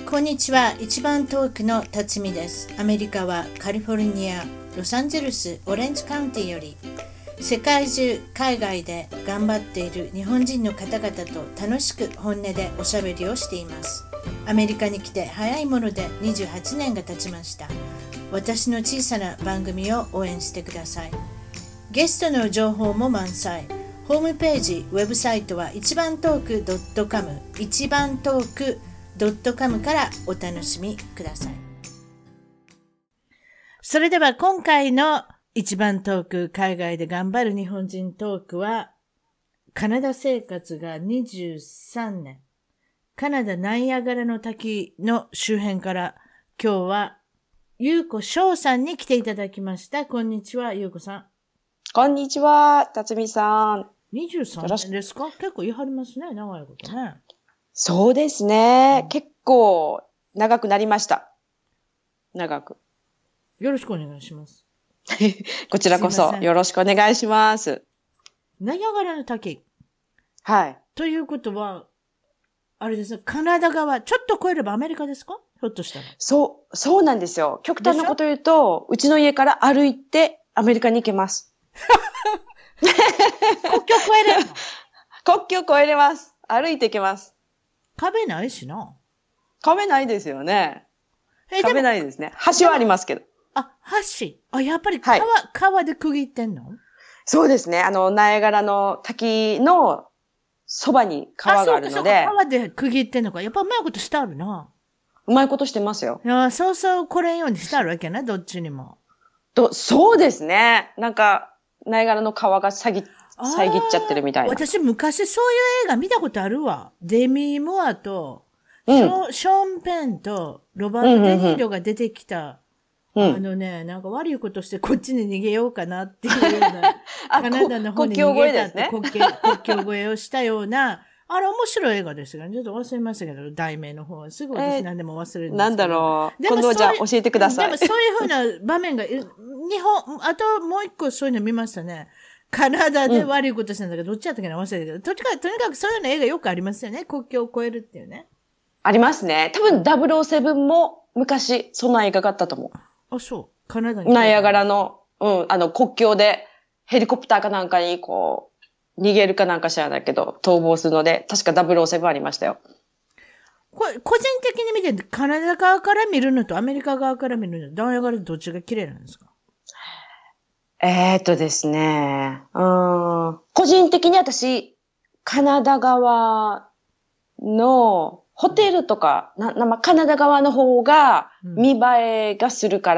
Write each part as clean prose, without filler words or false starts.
こんにちは。一番遠くの辰巳です。アメリカはカリフォルニア、ロサンゼルス、オレンジカウンティより世界中、海外で頑張っている日本人の方々と楽しく本音でおしゃべりをしています。アメリカに来て早いもので28年が経ちました。私の小さな番組を応援してください。ゲストの情報も満載。ホームページ、ウェブサイトは一番トーク .com 一番トーク.com からお楽しみください。それでは今回の一番トーク、海外で頑張る日本人トークは、カナダ生活が23年、カナダナイアガラの滝の周辺から今日はゆうこしょうさんに来ていただきました。こんにちは、ゆうこさん。 こんにちは、辰巳さん。 23年ですか？結構言い張りますね、長いことね。 そうですね、結構長くなりました。長く。 よろしくお願いします。 こちらこそよろしくお願いします。 ナイアガラの滝。 はい。 ということは、あれですね、カナダ側、ちょっと越えればアメリカですか？ひょっとしたら。 そうなんですよ。極端なこと言うと、うちの家から歩いてアメリカに行けます。 国境越えれるの？ 国境越えれます。歩いて行けます。 壁ないしな。 壁ないですよね。壁ないですね。橋はありますけど。 あ、橋。あ、やっぱり川で区切ってんの？ そうですね。ナイアガラの滝のそばに川があるので。 川で区切ってんのか。やっぱうまいことしてあるな。 うまいことしてますよ。 いや、そうそう来れんようにしてあるわけね、どっちにも。 そうですね。なんか、ナイアガラの川が遮っちゃってるみたいな。 私昔そういう映画見たことあるわ。デミー・モアと、ショーン・ペンとロバート・デ・ニーロが出てきた。なんか悪いことしてこっちに逃げようかなっていうような、カナダの方に逃げたって国境越えをしたような、あれ面白い映画ですが、ちょっと忘れましたけど、題名の方は。すぐ私何でも忘れるんですけど。 なんだろう。今度じゃあ教えてください。 でもそういうふうな場面が、あともう一個そういうの見ましたね。カナダで悪いことしたんだけど、どっちやったっけな忘れたけど、とにかくそういうの映画よくありますよね。国境を越えるっていうね。 ありますね。多分007も昔、そんな映画があったと思う。 あ、そう。カナダに。 ナイアガラの、国境でヘリコプターかなんかにこう、逃げるかなんか知らないけど、逃亡するので、確か007ありましたよ。 これ、個人的に見て、カナダ側から見るのとアメリカ側から見るのと、ナイアガラどっちが綺麗なんですか？ ですね。個人的に私、カナダ側のホテルとか、カナダ側の方が見栄えがするから、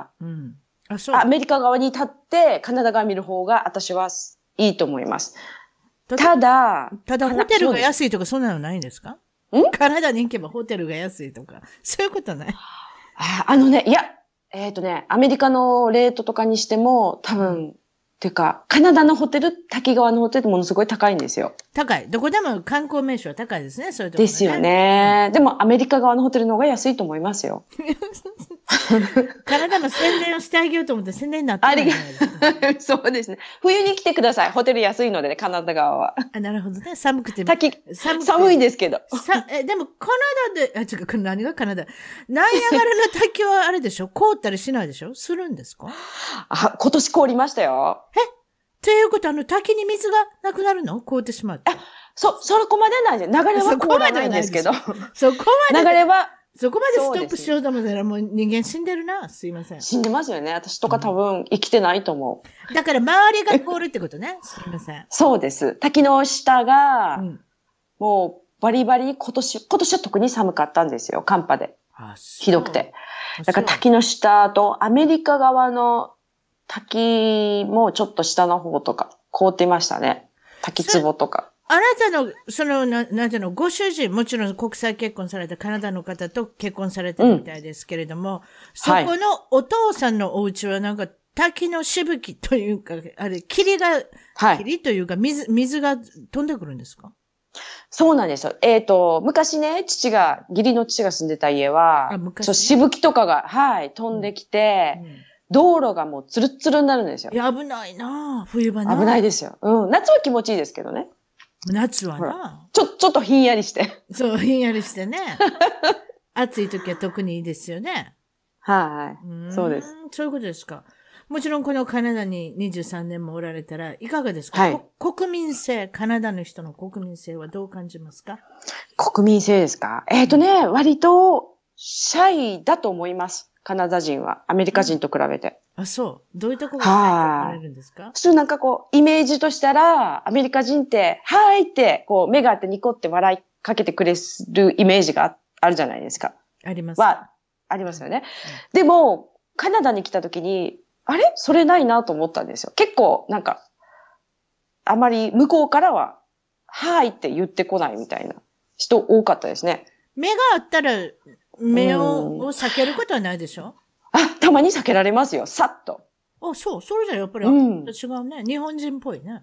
アメリカ側に立ってカナダ側見る方が私はいいと思います。ただホテルが安いとかそんなのないんですか？カナダに行けばホテルが安いとか、そういうことない？ いや、アメリカのレートとかにしても多分、てか、カナダのホテル、滝川のホテルってものすごい高いんですよ。 高い。どこでも観光名所は高いですね、そういうところ、ね。 ですよね。でもアメリカ側のホテルの方が安いと思いますよ。 カナダの宣伝をしてあげようと思って宣伝になってないじゃないですか。 そうですね。冬に来てください。ホテル安いのでね、カナダ側は。 なるほどね。寒くて。 寒いんですけど。 でもカナダで、何がカナダ？ナイアガラの滝はあれでしょ？凍ったりしないでしょ？するんですか？ 今年凍りましたよ。 ということ滝に水がなくなるの？凍ってしまって。 そこまでないじゃん。流れは凍らないんですけど。 そこまで。 流れは。 そこまでストップしようと思ったらもう人間死んでるな。すいません。 死んでますよね。私とか多分生きてないと思う。だから周りが凍るってことね。すいません。 そうです。滝の下が、もうバリバリ今年は特に寒かったんですよ。寒波で。ひどくて。だから滝の下とアメリカ側の滝もちょっと下の方とか凍ってましたね。滝壺とか。 あなたの、なんていうの、ご主人、もちろん国際結婚されたカナダの方と結婚されてるみたいですけれども、そこのお父さんのお家はなんか滝のしぶきというか、霧というか水が飛んでくるんですか？ そうなんですよ。昔ね、義理の父が住んでた家は、しぶきとかが、飛んできて、道路がもうツルッツルになるんですよ。 いや、危ないな冬場な。 危ないですよ。夏は気持ちいいですけどね。 夏はな。 ちょっとひんやりして。 そう、ひんやりしてね。 暑い時は特にいいですよね。 はい。そうです。 そういうことですか。もちろんこのカナダに23年もおられたらいかがですか？ はい。 国民性、カナダの人の国民性はどう感じますか？ 国民性ですか？割とシャイだと思います。カナダ人は。アメリカ人と比べて。 あ、そう。どういうところがシャイと思われるんですか？ 普通なんかこう、イメージとしたら、アメリカ人って、はいって、こう、目があってニコって笑いかけてくれるイメージがあるじゃないですか。 あります。 ありますよね。でも、カナダに来た時に、あれそれないなと思ったんですよ。結構、なんか、あまり向こうからは、はいって言ってこないみたいな人多かったですね。 目があったら、目を避けることはないでしょ？ たまに避けられますよ。さっと。 そう。それじゃやっぱり、違うね。日本人っぽいね。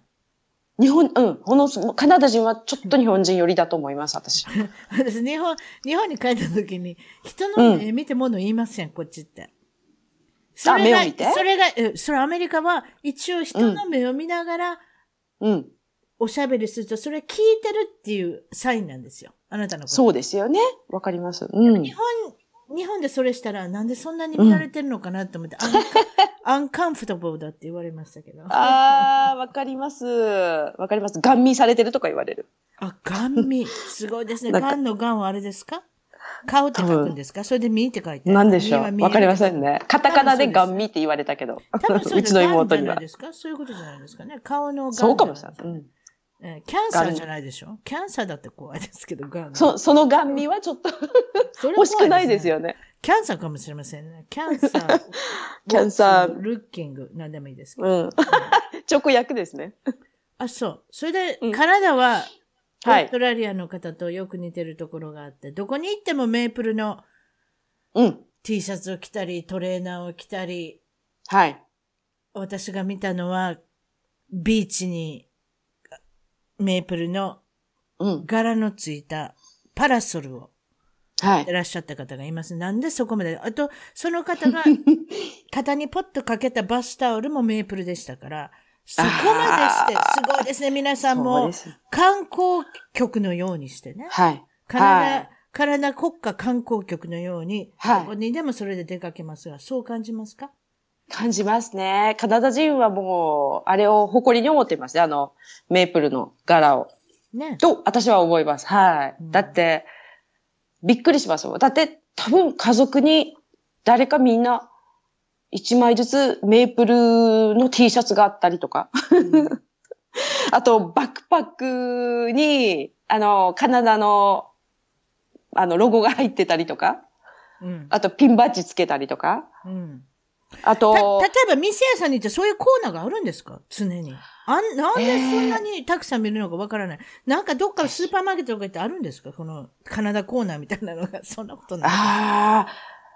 カナダ人はちょっと日本人寄りだと思います、私。 私、日本に帰った時に、人の目見て物言いません、こっちって。 目を見て？ それアメリカは、一応人の目を見ながら、おしゃべりすると、それ聞いてるっていうサインなんですよ。あなたのこと。 そうですよね。わかります。 日本でそれしたら、なんでそんなに見られてるのかなと思って、アンカンフォタブルだって言われましたけど。 わかります。わかります。ガン見されてるとか言われる。 ガン見。すごいですね。ガンのガンはあれですか？顔って書くんですか？それで見って書いてある。 なんでしょう。わかりませんね。カタカナでガン見って言われたけど。 多分そううちの妹には。 そういうことじゃないですかね。顔のガン。 そうかもしれない。 キャンサーじゃないでしょ？キャンサーだって怖いですけど、ガン。 そのガン見はちょっと欲しくないですよね。 キャンサーかもしれませんね。キャンサー、ルッキング、なんでもいいですけど。 直訳ですね。 そう。それで、カナダは、オーストラリアの方とよく似てるところがあって、どこに行ってもメープルの T シャツを着たり、トレーナーを着たり、私が見たのは、ビーチにメープルの柄のついたパラソルをいらっしゃった方がいます。なんでそこまで。あと、その方が肩にポッとかけたバスタオルもメープルでしたから、そこまでして、すごいですね。皆さんも観光局のようにしてね。カナダ国家観光局のように、どこにでもそれで出かけますが、そう感じますか？ 感じますね。カナダ人はもう、あれを誇りに思っていますね。メープルの柄を。 ね。 と、私は思います。だって、びっくりしますもん。だって、多分家族に誰かみんな一枚ずつメープルの T シャツがあったりとか。あと、バックパックに、カナダの、ロゴが入ってたりとか。あと、ピンバッジつけたりとか。あと、 例えば店屋さんに行ってそういうコーナーがあるんですか？常に。なんでそんなにたくさん見るのかわからない。なんかどっかスーパーマーケットとか行ってあるんですか？このカナダコーナーみたいなのが。そんなことない。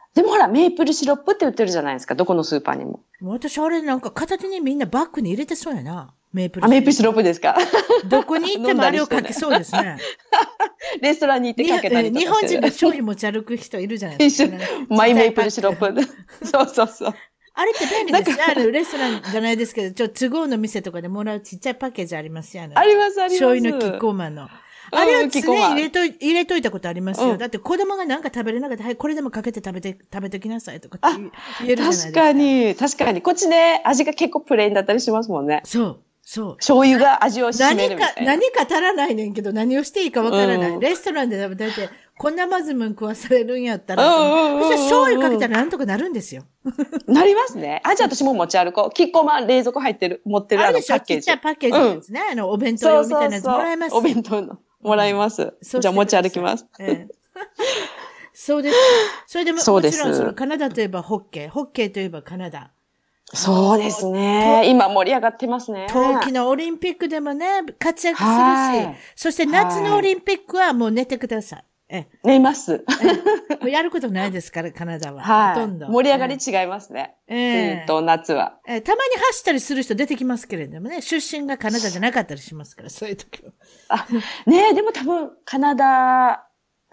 でもほら、メープルシロップって売ってるじゃないですか。どこのスーパーにも。 私あれなんか片手にみんなバッグに入れてそうやな。 メープルシロップですか？ どこに行ってもあれをかけそうですね。 レストランに行ってかけたりとか。 日本人が商品持ち歩く人いるじゃないですか。 マイメープルシロップ。そう。 あれって便利ですよ。レストランじゃないですけど、都合の店とかでもらうちっちゃいパッケージありますよね。 あります。 醤油のキッコーマンの。あれを常に入れといたことありますよ。だって子供がなんか食べれなかったら、はい、これでもかけて食べてきなさいとかって言えるじゃないですか。 確かに。こっちね、味が結構プレーンだったりしますもんね。 そう。 醤油が味を占めるみたいな。 何か足らないねんけど、何をしていいかわからない。レストランで食べて、こんなまずもん食わされるんやったら、そしたら醤油かけたらなんとかなるんですよ。 なりますね。じゃあ私も持ち歩こう。キッコーマン冷蔵庫持ってるパッケージ。 ちっちゃいパッケージですね。お弁当用みたいなやつもらえます。 お弁当の。もらいます。じゃあ持ち歩きます。 そうです。それでも、もちろんそのカナダといえばホッケーといえばカナダ。 そうですね。今盛り上がってますね。 冬季のオリンピックでもね、活躍するし、そして夏のオリンピックはもう寝てください。 寝ます。 もうやることないですから、カナダは。ほとんど。 盛り上がり違いますね。冬と夏は。 たまに走ったりする人出てきますけれどもね、出身がカナダじゃなかったりしますから、そういう時は。 でも多分、カナダ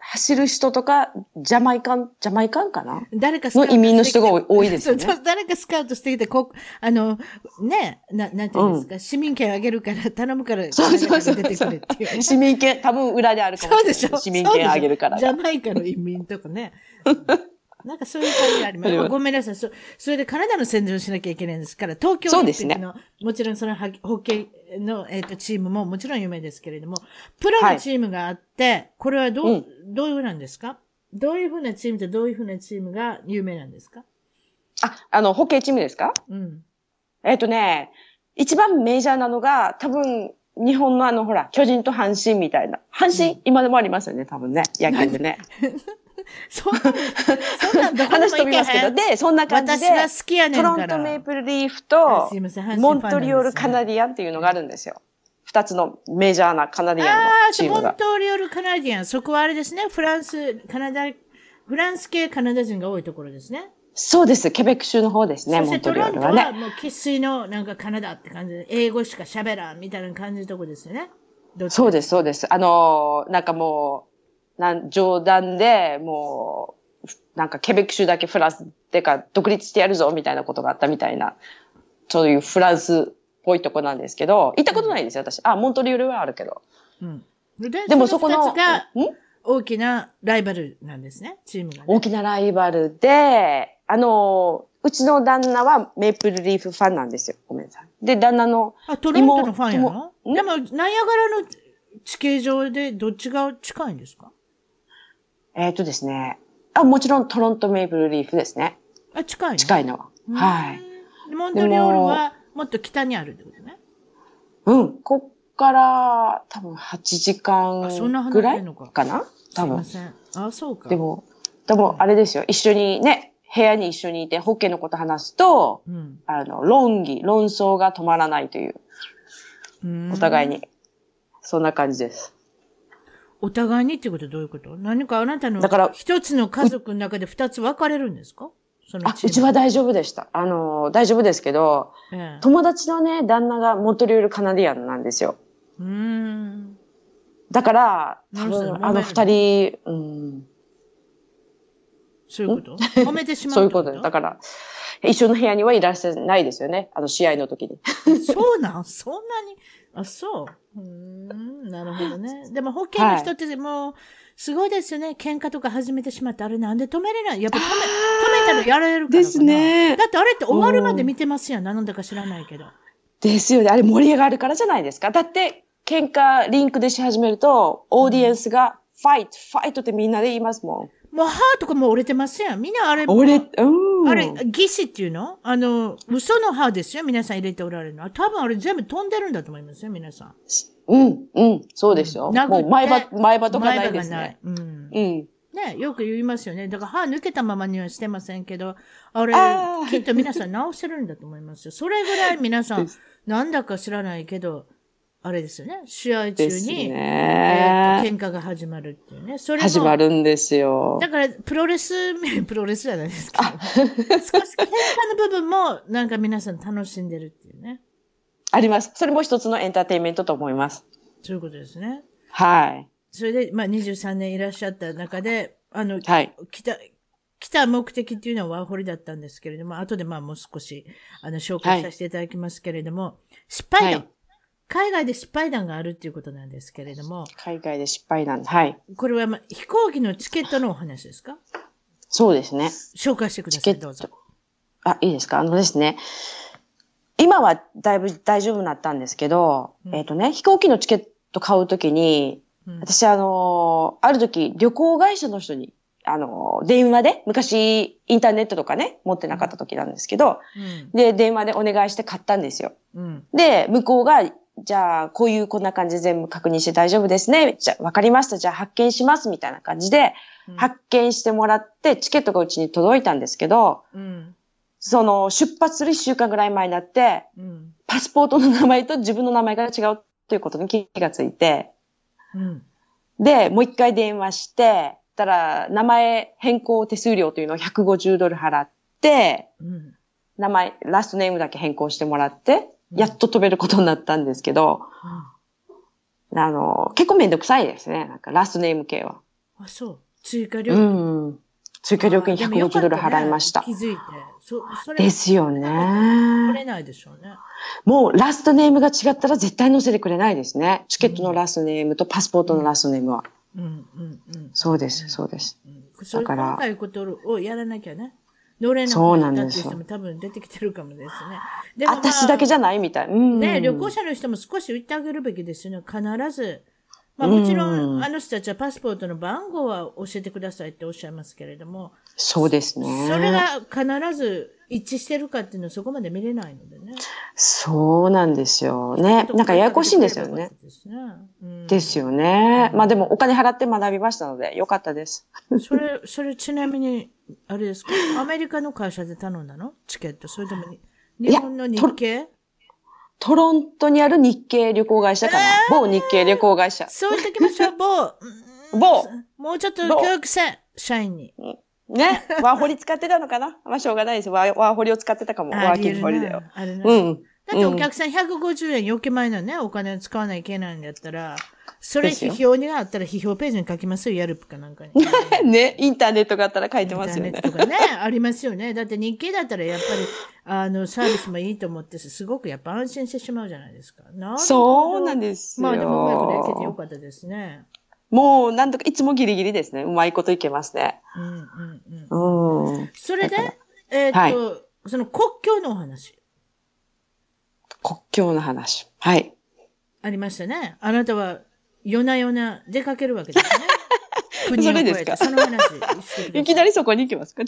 走る人とか、ジャマイカンかな誰かスカウトの移民の人が多いですよね。 そう誰かスカウトしてきて、ね、なんていうんですか、市民権あげるから、頼むから、 そう出てくれっていう、ね。 市民権、多分裏であるかもしれない。 そうでしょ。 市民権あげるから。 ジャマイカの移民とかね。なんかそういう感じがあります。ごめんなさい。それでカナダの宣伝をしなきゃいけないんですから、東京オリンピックの、もちろんそのホッケーの、チームももちろん有名ですけれども、プロのチームがあって、これはどういうふうなんですか？どういうふうなチームとどういうふうなチームが有名なんですか？ ホッケーチームですか？ うん。 一番メジャーなのが、多分、日本のほら、巨人と阪神みたいな。阪神、今でもありますよね、多分ね。野球でね。 そんなんどこでも話飛びますけど、で、そんな感じで、 私は好きやねんから。 トロントメープルリーフと、モントリオールカナディアンっていうのがあるんですよ。二つのメジャーなカナディアンのチームが。 モントリオールカナディアン。そこはあれですね。フランス系カナダ人が多いところですね。 そうです。ケベック州の方ですね、モントリオールはね。 トロントはもう生粋のなんかカナダって感じで、英語しか喋らんみたいな感じのとこですよね。 そうです、そうです。なんかもう、冗談で、もう、なんかケベック州だけフランスってか独立してやるぞみたいなことがあったみたいな、そういうフランスっぽいとこなんですけど、行ったことないですよ、私。モントリオールはあるけど。 うん。でもそこの、大きなライバルなんですね、チームが、ね。 大きなライバルで、うちの旦那はメープルリーフファンなんですよ。ごめんなさい。で、旦那の。 トロントのファンやの？でも、ナイアガラの地形上でどっちが近いんですか？ ですね。もちろんトロントメープルリーフですね。 近いの？ 近いのは。はい。 モントリオールはもっと北にあるってことね。 うん。こっから多分8時間ぐらいかな？多分。 すいません。そうか。 でもあれですよ。一緒にね、部屋に一緒にいてホッケーのこと話すと、論争が止まらないという。お互いに。そんな感じです。 お互いにっていうことはどういうこと？何かあなたの一つの家族の中で二つ分かれるんですか？ うちは大丈夫でした。大丈夫ですけど、友達のね、旦那がモントリオールカナディアンなんですよ。だから、多分二人、 そういうこと？褒めてしまうそういうことです。だから、一緒の部屋にはいらっしゃらないですよね。試合の時に。 そうなんそんなにそう。なるほどね。でも、ホッケーの人ってもう、すごいですよね。喧嘩とか始めてしまって、あれなんで止めれない？やっぱ止めたらやられるからかな。 ですね。 だってあれって終わるまで見てますやん。なんだか知らないけど。 ですよね。あれ盛り上がるからじゃないですか。だって、喧嘩リンクでし始めると、オーディエンスが、ファイトってみんなで言いますもん。 もう歯とかも折れてますやん。みんなあれ、あれ、義歯っていうの？嘘の歯ですよ。皆さん入れておられるの。多分あれ全部飛んでるんだと思いますよ。皆さん。 そうですよ。もう前歯とかないですね。 ね、よく言いますよね。だから歯抜けたままにはしてませんけど、あれ、きっと皆さん直してるんだと思いますよ。それぐらい皆さん、なんだか知らないけど、あれですよね。試合中に、喧嘩が始まるっていうね。それも始まるんですよ。 だから、プロレスじゃないですか。少し喧嘩の部分も、なんか皆さん楽しんでるっていうね。 あります。それも一つのエンターテインメントと思います。 そういうことですね。 はい。 それで、23年いらっしゃった中で、 はい。 来た目的っていうのはワーホリだったんですけれども、後でもう少し、紹介させていただきますけれども、失敗談。海外で失敗談があるっていうことなんですけれども。 海外で失敗談。はい。 これは、飛行機のチケットのお話ですか？ そうですね。 紹介してください、どうぞ。 いいですか？ですね。今はだいぶ大丈夫になったんですけど、飛行機のチケット買うときに、私ある時旅行会社の人に、電話で、昔インターネットとかね、持ってなかった時なんですけど、で、電話でお願いして買ったんですよ。で、向こうが、じゃあ、こんな感じで全部確認して大丈夫ですね。じゃあ、わかりました。じゃあ、発券します。みたいな感じで、発券してもらって、チケットがうちに届いたんですけど、出発する1週間ぐらい前になって、パスポートの名前と自分の名前が違うということに気がついて、で、もう一回電話して、たら、名前変更手数料というのを$150払って、名前、ラストネームだけ変更してもらって、やっと飛べることになったんですけど、結構めんどくさいですね。なんか、ラストネーム系は。 あ、そう。追加料う金。 ん。追加料金でもよかった $150払いました。 気づいて。それですよ取れね。 ないでしょうね。 もうラストネームが違ったら絶対載せてくれないですね。チケットのラストネームとパスポートのラストネームは。そうです、そうです。 だから、細かいことをやらなきゃね。乗れなくなったっていう人も多分出てきてるかもですね。 でも私だけじゃないみたい。 ね、旅行者の人も少し言ってあげるべきですよね。必ず。もちろん、あの人たちはパスポートの番号は教えてくださいっておっしゃいますけれども。 そうですね。 それが必ず一致してるかっていうのはそこまで見れないのでね。 そうなんですよね。なんかややこしいんですよね。ですよね。まあでもお金払って学びましたのでよかったです。 それちなみに、あれですか？アメリカの会社で頼んだの？チケット。それとも日本の日系？ トロントにある日系旅行会社かな。某日系旅行会社。 そう言っときましょう、某。もうちょっと教育せ、社員に。 ね。ワーホリ使ってたのかな？まあしょうがないです。ワーホリを使ってたかも。ワーキングホリだよ。 あれね。だってお客さん150円余計前のね、お金を使わないといけないんだったら、それ批評にあったら批評ページに書きますよ、ヤルプかなんかに。 ね、インターネットがあったら書いてますよね。 インターネットとかね、ありますよね。だって日経だったらやっぱり、サービスもいいと思って、すごくやっぱ安心してしまうじゃないですか。 そうなんですよ。 まあでもうまくできてよかったですね。 もうなんとかいつもギリギリですね。うまいこといけますね。 それで、その国境のお話。 国境の話。はい。 ありましたね。あなたは夜な夜な出かけるわけですね。 国を越えて。それですか？その話いきなりそこに行きますか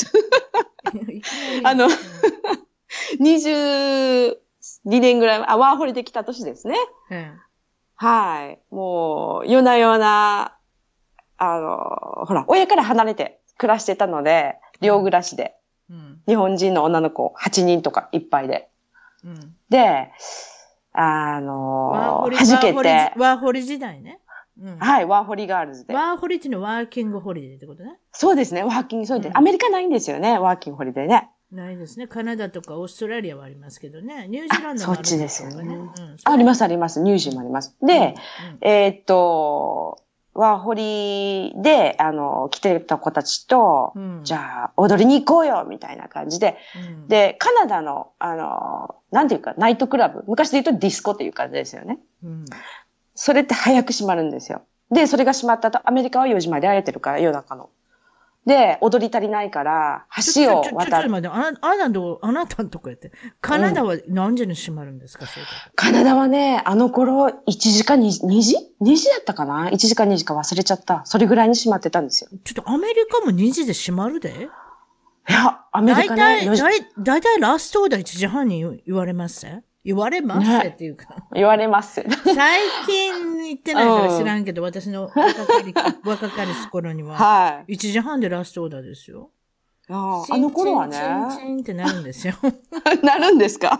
22年ぐらい、ワーホリで来た年ですね。はい。もう、夜な夜な、ほら、親から離れて暮らしてたので、寮暮らしで。日本人の女の子8人とかいっぱいで。で、弾けて。 ワーホリ時代ね。 はい、ワーホリガールズで。 ワーホリっていうのはワーキングホリデーってことね。 そうですね、ワーキング、そうです。アメリカないんですよね、ワーキングホリデーね。 ないですね。カナダとかオーストラリアはありますけどね。ニュージーランドもあるんですよね。 そっちですよね。あります、あります。ニュージーもあります。で、ワーホリで、来てた子たちと、じゃあ、踊りに行こうよみたいな感じで、で、カナダの、なんていうか、ナイトクラブ。昔で言うとディスコっていう感じですよね。それって早く閉まるんですよ。で、それが閉まったと、アメリカは4時まで空いてるから、夜中の。で、踊り足りないから、橋を渡る。ちょっと待って、あなたのとこやって。カナダは何時に閉まるんですか、 カナダはね、あの頃、1時か2時 ?2 時だったかな ?1 時か2時か忘れちゃった。それぐらいに閉まってたんですよ。 ちょっとアメリカも2時で閉まるで？ いや、アメリカね。 だいたいラストオーダー1時半に言われます言われますっていうか。 言われます。 最近言ってないから知らんけど、私の若かりし頃には。はい。1時半でラストオーダーですよ。 あの頃はね。 チンってなるんですよ。 なるんですか？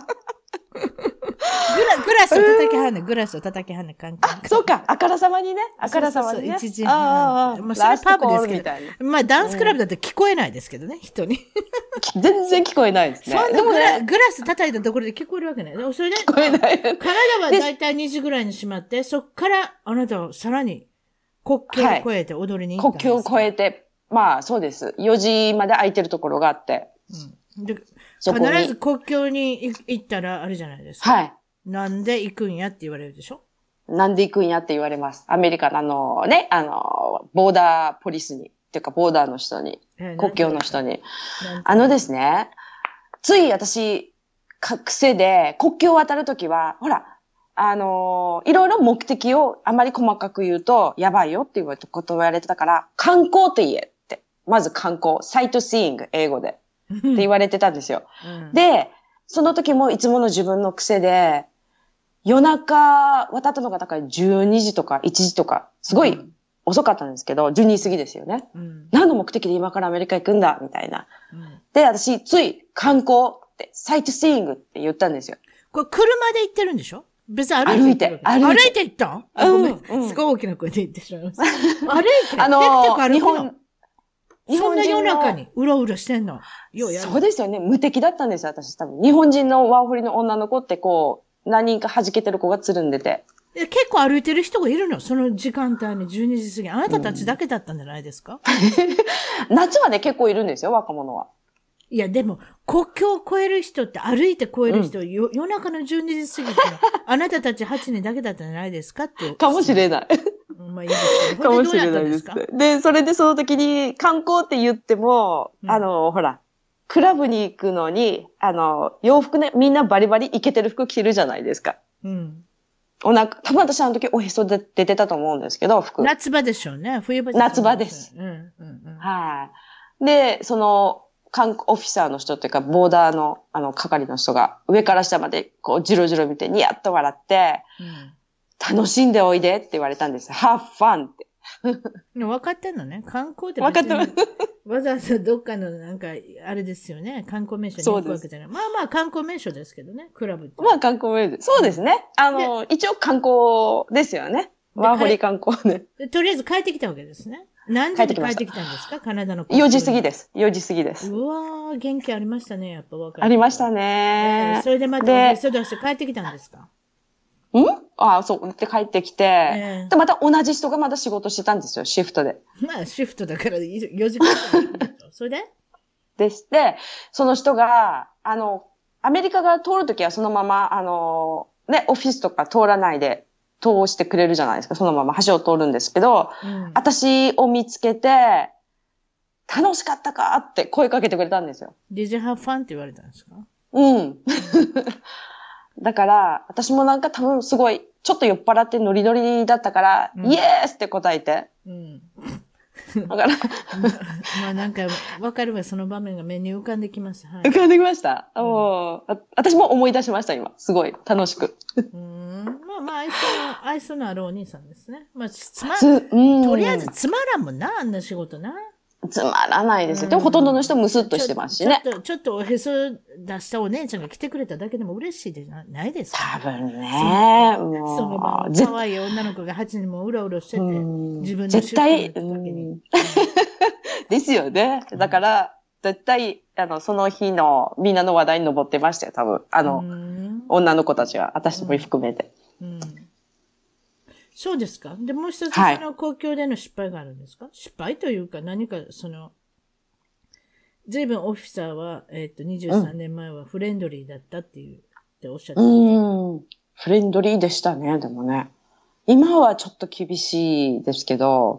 グラスを叩きはんね、グラスを叩きはんね、カンカン。 そうか、あからさまにね。あからさまにね。 1時半。まあ、それはパブですけど。まあ、ダンスクラブだって聞こえないですけどね、人に。 全然聞こえないですね。 でもね、グラス叩いたところで聞こえるわけない。それで、 聞こえない。 カナダはだいたい2時ぐらいに閉まって、そっからあなたはさらに国境を越えて踊りに行ったんですか？ 国境を越えて、まあそうです。4時まで空いてるところがあって。 で必ず国境に行ったらあれじゃないですか。はい。なんで行くんやって言われるでしょ？ なんで行くんやって言われます。アメリカのボーダーポリスに、っていうかボーダーの人に、国境の人に。ですね、つい私、癖で国境を渡るときは、ほら、いろいろ目的をあまり細かく言うと、やばいよっていうことを言われてたから、観光って言えって。まず観光、サイトシーイング、英語で。って言われてたんですよ。で、その時もいつもの自分の癖で、夜中渡ったのが高い12時とか1時とか、すごい遅かったんですけど、12時過ぎですよね。何の目的で今からアメリカ行くんだみたいな。で、私、つい観光って、サイトシーイングって言ったんですよ。 これ車で行ってるんでしょ？別に歩いて行ったん？ごめん。すごい大きな声で言ってしまいます。歩いてそんな夜中にうろうろしてんの？ そうですよね。無敵だったんですよ、私多分。日本人のワーホリの女の子ってこう、何人か弾けてる子がつるんでて。 結構歩いてる人がいるの。その時間帯に12時過ぎ。あなたたちだけだったんじゃないですか？ 夏はね、結構いるんですよ、若者は。 いや、でも、国境を越える人って歩いて越える人、夜中の12時過ぎってのは、あなたたち8人だけだったんじゃないですかって。 かもしれない。 まあいいですけど。 かもしれないです。で、それでその時に観光って言っても、ほら、クラブに行くのに、洋服ね、みんなバリバリイケてる服着るじゃないですか。 うん。 多分私あの時おへそで出てたと思うんですけど、服。 夏場でしょうね。冬場でしょうね。夏場です。はい。で、オフィサーの人っていうか、ボーダーの、係の人が、上から下まで、こう、じろじろ見て、ニヤッと笑って、楽しんでおいでって言われたんです。have fun って。 分かってんのね。観光って分かってます。 わざわざどっかのなんか、あれですよね。観光名所に行くわけじゃない。まあまあ観光名所ですけどね、クラブって。 まあ観光名所。そうですね。一応観光ですよね。ワーホリ観光ね。 とりあえず帰ってきたわけですね。何時に帰ってきたんですか？カナダの。 4時過ぎです。4時過ぎです。 うわー、元気ありましたね、やっぱ若い。 ありましたね。 それでまた、へそ出して帰ってきたんですか？ そう。で、帰ってきて、で、また同じ人がまだ仕事してたんですよ、シフトで。 まあ、シフトだから4時間。それででして、その人が、アメリカが通るときはそのまま、オフィスとか通らないで通してくれるじゃないですか。そのまま橋を通るんですけど、私を見つけて、楽しかったかって声かけてくれたんですよ。 Did you have fun? って言われたんですか？ うん。だから、私もなんか多分すごい、ちょっと酔っ払ってノリノリだったから、イエースって答えて。だからまあなんか、わかるわ、その場面が目に浮かんできます。 浮かんできました。私も思い出しました、今。すごい、楽しく。 まあ、愛想のあるお兄さんですね。まあ、とりあえずつまらんもんな、あんな仕事な。 つまらないですよ。でもほとんどの人ムスッとしてますしね。 ちょっとおへそ出したお姉ちゃんが来てくれただけでも嬉しいでないですか？ 多分ね。もう。 その場、可愛い女の子が8人もうろうろしてて、自分の絶対、ですよね。だから、絶対、その日のみんなの話題に上ってましたよ、多分。女の子たちは、私も含めて。 そうですか。で、もう一つ、その公共での失敗があるんですか？失敗というか、何か、随分オフィサーは、23年前はフレンドリーだったっておっしゃってました。 フレンドリーでしたね、でもね。今はちょっと厳しいですけど、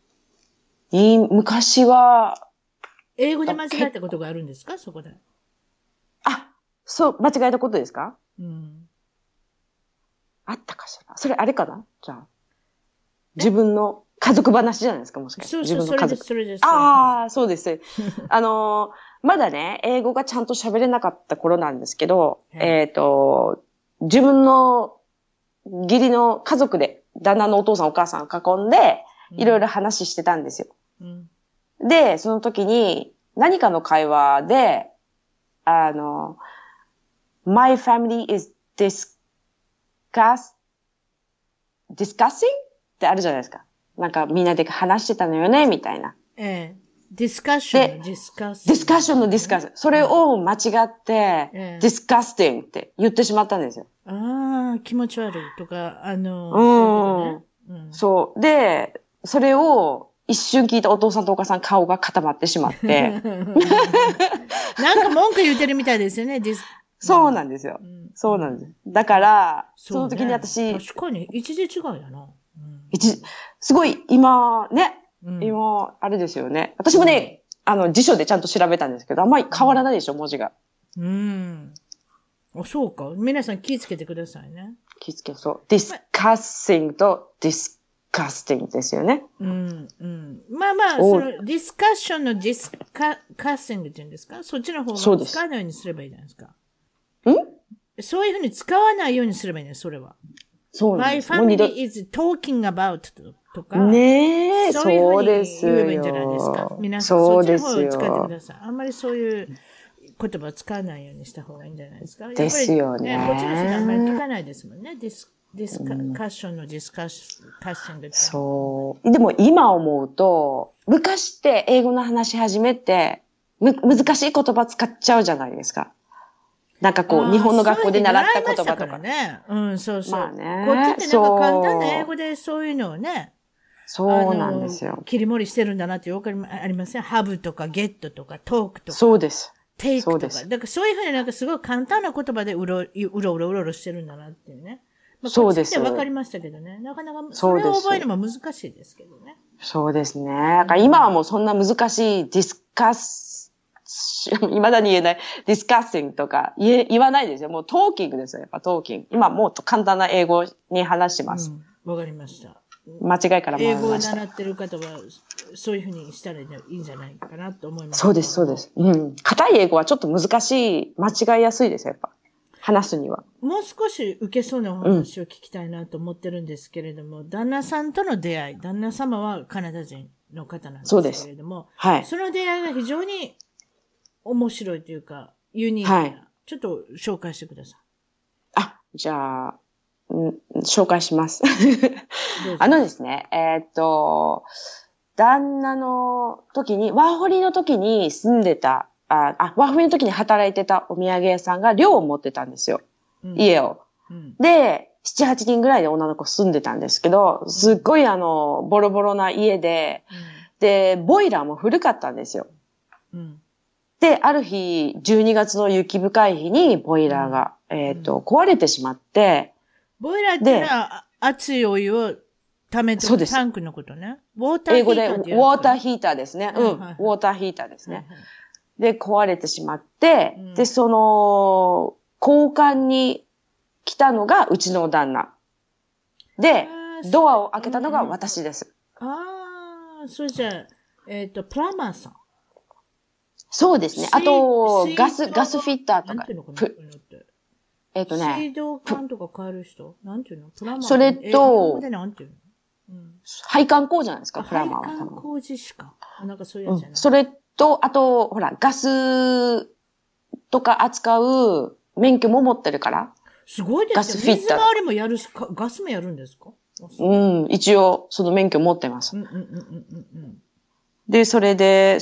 昔は、 英語で間違えたことがあるんですか？そこで。 そう、間違えたことですか？あったかしら。それあれかな？じゃあ。自分の家族話じゃないですか、もしかして。 自分の家族。それです。 そうです。まだね、英語がちゃんと喋れなかった頃なんですけど、自分の義理の家族で、旦那のお父さんお母さんを囲んで、いろいろ話してたんですよ。で、その時に、何かの会話で、my family is discussing ってあるじゃないですか。なんかみんなで話してたのよね、みたいな。 ディスカッションのディスカッション。 ディスカッションのディスカッション。それを間違って、ディスカスティングって言ってしまったんですよ。 気持ち悪いとか、 そう。で、それを一瞬聞いたお父さんとお母さん顔が固まってしまって。なんか文句言ってるみたいですよね、 そうなんですよ。そうなんです。だから、その時に私。 確かに、一時違いやな。 すごい、今、あれですよね。私もね、辞書でちゃんと調べたんですけど、あんまり変わらないでしょ、文字が。 そうか。皆さん気をつけてくださいね。 気をつけそう。discussing と disgusting ですよね。 まあまあ、その、ディスカッションのディスカッシングって言うんですか？そっちの方が使わないようにすればいいじゃないですか。そういうふうに使わないようにすればいいね、それは。 そうなんです。 My family is talking about とか。 ねえ、 そういうふうに言えばいいんじゃないですか。皆さん、そっちの方を使ってください。あんまりそういう言葉を使わないようにした方がいいんじゃないですか。 ですよね。 こっちの人あんまり聞かないですもんね。ディスカッションのディスカッシングって。 そう。でも今思うと、昔って英語の話し始めて、難しい言葉使っちゃうじゃないですか。 なんかこう、日本の学校で習った言葉とか。 ね。うん、そうそう。 まあね。 こっちってなんか簡単な英語でそういうのをね。 そうなんですよ。 切り盛りしてるんだなってありません？ハブとかゲットとかトークとか。 そうです。 テイクとか。だからそういうふうになんかすごい簡単な言葉でうろうろしてるんだなっていうね。まあ、 そうです。 わかりましたけどね。なかなかそれを覚えるのも難しいですけどね。 そうですね。だから今はもうそんな難しい未だに言えないディスカッシングとか言わないですよ。もうトーキングですよ。やっぱトーキング。今もっと簡単な英語に話します。 わかりました。 間違いから学びました。 英語を習ってる方はそういうふうにしたらいいんじゃないかなと思います。 そうです、そうです。うん。硬い英語はちょっと難しい、間違いやすいですよ、やっぱ。話すには。 もう少し受けそうなお話を聞きたいなと思ってるんですけれども、旦那さんとの出会い、旦那様はカナダ人の方なんですけれども、 はい。 その出会いが非常に面白いというか、ユニークな、はい、ちょっと紹介してください。 じゃあ、紹介します。ですね、旦那の時に、ワーホリの時に住んでた、ワーホリの時に働いてたお土産屋さんが寮を持ってたんですよ。家を。で、7、8人ぐらいで女の子住んでたんですけど、すっごいボロボロな家で、で、ボイラーも古かったんですよ。で、ある日、12月の雪深い日にボイラーが、壊れてしまって、 ボイラーっていうのは熱いお湯を溜めてるタンクのことね。ウォーターヒーター。 英語でウォーターヒーターですね。ウォーターヒーターですね。で、壊れてしまって、で、その、交換に来たのがうちの旦那。で、ドアを開けたのが私です。 それじゃあ、プラマーさん。 そうですね。あと、ガスフィッターとか。 なんていうのかな水道管とか変える人なんていうのプラマー。 それと、 なんていうの配管工じゃないですか、プラマーは。 配管工事しか。なんかそういうやつじゃない、 それと、あと、ほら、ガスとか扱う免許も持ってるから。 すごいですね。ガスフィッター。水回りもやるし、ガスもやるんですか？ 一応、その免許持ってます。で、それで、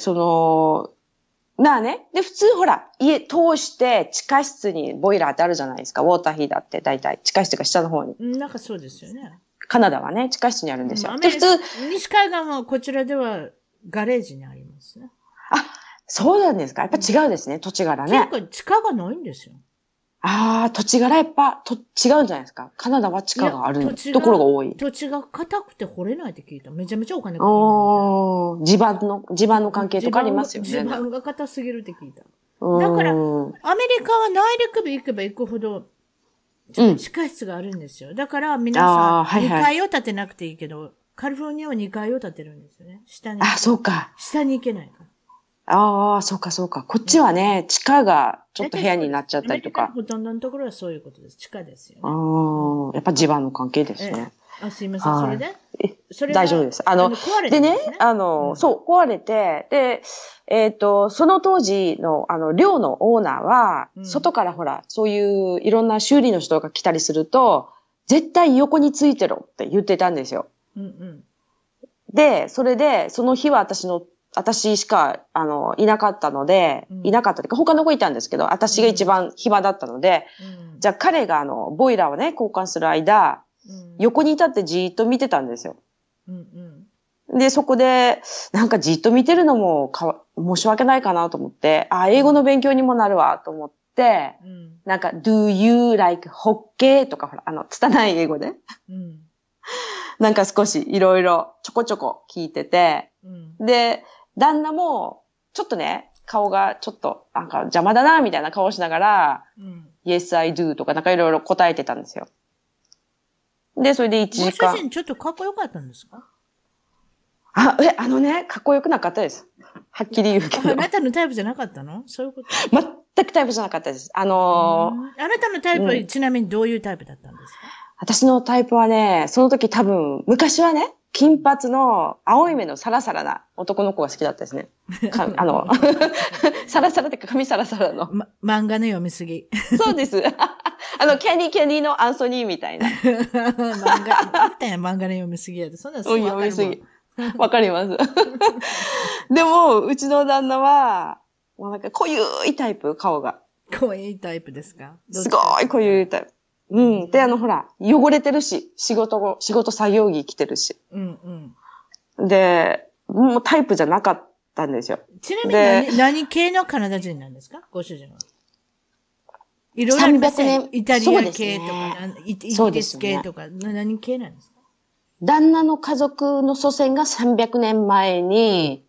で、普通ほら、家通して地下室にボイラーってあるじゃないですか。ウォーターヒーターって大体地下室が下の方に。 なんかそうですよね。 カナダはね、地下室にあるんですよ。 で、普通。西海岸はこちらではガレージにありますね。 そうなんですか。やっぱ違うですね、土地柄ね。 結構地下がないんですよ。 土地柄やっぱ違うんじゃないですか。カナダは地下があるところが多い。 土地が硬くて掘れないって聞いた。めちゃめちゃお金かかる。 地盤の関係とかありますよね。 地盤が硬すぎるって聞いた。だから、アメリカは内陸部行けば行くほど、地下室があるんですよ。だから皆さん、2階を建てなくていいけど、カリフォルニアは2階を建てるんですよね。下に。 そうか。 下に行けないから。 そうか、そうか。こっちはね、地下がちょっと部屋になっちゃったりとか。 ほとんどのところはそういうことです。地下ですよね。 やっぱ地盤の関係ですね。 すいません。それで大丈夫です。 壊れてね。 そう、壊れて、で、その当時の、寮のオーナーは、外からほら、そういういろんな修理の人が来たりすると、絶対横についてろって言ってたんですよ。で、それで、その日は私しか、いなかったので、いなかったというか、他の子いたんですけど、私が一番暇だったので、じゃあ彼がボイラーをね、交換する間、横に立ってじーっと見てたんですよ。で、そこで、なんかじーっと見てるのも申し訳ないかなと思って、英語の勉強にもなるわと思って、なんか、do you like hockey? とか、ほら、拙い英語で。なんか少しいろいろちょこちょこ聞いてて、で、旦那も、ちょっとね、顔がちょっと、なんか邪魔だな、みたいな顔しながら、Yes, I do とかなんかいろいろ答えてたんですよ。で、それで1時間。 ご主人ちょっとかっこよかったんですか？ かっこよくなかったです。はっきり言うけど。 あなたのタイプじゃなかったの？そういうこと？ 全くタイプじゃなかったです。 あなたのタイプはちなみにどういうタイプだったんですか？ 私のタイプはね、その時多分、昔はね、金髪の青い目のサラサラな男の子が好きだったですね。サラサラって髪サラサラの。 漫画の読みすぎ。 そうです。キャニーのアンソニーみたいな。 漫画の読みすぎやで。そんなそう読みすぎ。わかります。でも、うちの旦那は、もうなんか濃ゆいタイプ、顔が。 こういうタイプですか？ すごいこういうタイプ。うん。で、ほら、汚れてるし、仕事作業着着てるし。 うんで、もうタイプじゃなかったんですよ。 ちなみに何系のカナダ人なんですか？ご主人は。いろいろありますね。イタリア系とか、イギリス系とか、何系なんですか？ 旦那の家族の祖先が300年前に、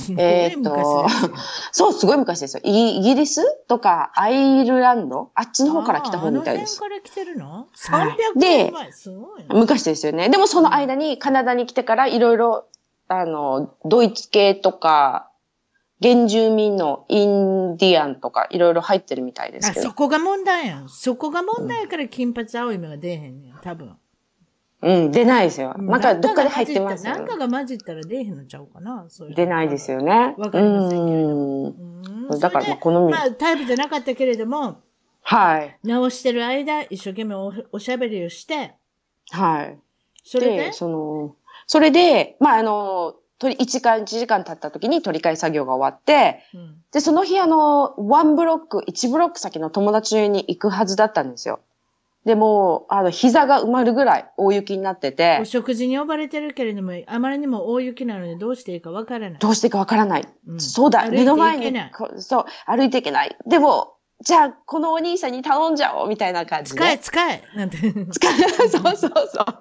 そう、すごい昔ですよ。イギリスとかアイルランド、あっちの方から来た方みたいです。 あの辺から来てるの？ 300 年前、すごいな。 昔ですよね。でもその間にカナダに来てからいろいろ、ドイツ系とか、原住民のインディアンとかいろいろ入ってるみたいですけど。 そこが問題やん。そこが問題から金髪青い目が出えへんねん、多分。 うん、出ないですよ。なんかどっかで入ってますよ。 なんかが混じったら出えへんのちゃうかな。 出ないですよね。 わかりませんけれども。 だから好み。 まあタイプじゃなかったけれども、 はい。 直してる間、一生懸命おしゃべりをして、 はい。 それでそれで、まあ1時間経った時に取り替え作業が終わって、で、その日1ブロック先の友達に行くはずだったんですよ。でも、膝が埋まるぐらい大雪になってて。 お食事に呼ばれてるけれども、あまりにも大雪なのでどうしていいかわからない。 どうしていいかわからない。そうだ、目の前に、そう、歩いていけない。でも、じゃあ、このお兄さんに頼んじゃおう、みたいな感じで。 使えなんて。 そうそう。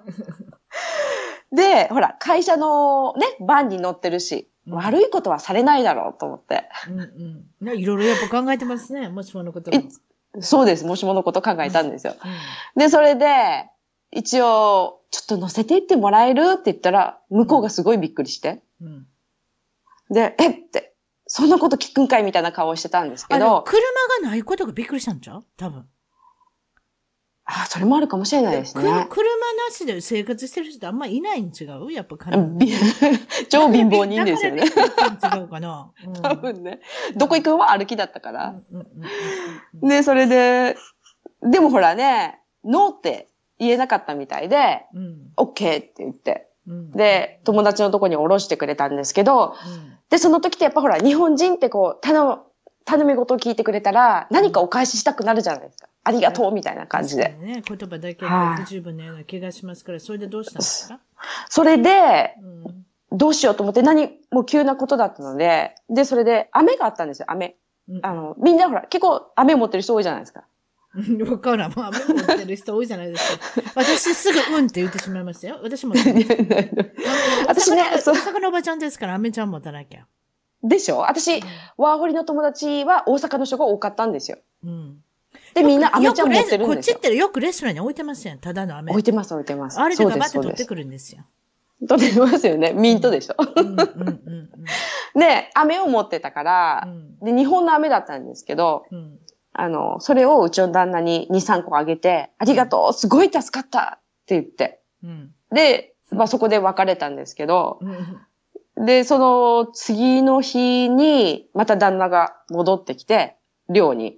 で、ほら、会社のね、バンに乗ってるし、悪いことはされないだろうと思って。 いろいろやっぱ考えてますね、もしものことも。 そうです。もしものこと考えたんですよ。で、それで、一応、ちょっと乗せていってもらえるって言ったら、向こうがすごいびっくりして。で、って、そんなこと聞くんかいみたいな顔をしてたんですけど。 車がないことがびっくりしたんちゃう？多分。 それもあるかもしれないですね。 車なしで生活してる人あんまいないん違う？やっぱ超貧乏人ですよね。 違うかな。 多分ね。どこ行くのは歩きだったから。で、それで、でもほらね、ノーって言えなかったみたいで、オッケーって言って。で、友達のとこに降ろしてくれたんですけど、で、その時ってやっぱほら、日本人ってこう、頼み事を聞いてくれたら、何かお返ししたくなるじゃないですか。ありがとうみたいな感じで。 ね、言葉だけで不十分なような気がしますから、それでどうしたんですか？ それで、どうしようと思ってもう急なことだったので、で、それで雨があったんですよ、雨。みんなほら、結構雨持ってる人多いじゃないですか。 わからん。雨持ってる人多いじゃないですか。私すぐって言ってしまいましたよ。私も。私ね、大阪のおばちゃんですから、雨ちゃん持たなきゃ。 でしょ？私、ワーホリの友達は大阪の人が多かったんですよ。で、みんな飴ちゃん持ってるんですよ。 こっちってよくレストランに置いてますやん。ただの飴。 置いてます。 あれでガバッと取ってくるんですよ。 取ってますよね。ミントでしょ。で、飴を持ってたから、で、日本の飴だったんですけど、それをうちの旦那に2、3個あげて、ありがとう、すごい助かったって言って。で、まあそこで別れたんですけど、で、その次の日に、また旦那が戻ってきて、寮に。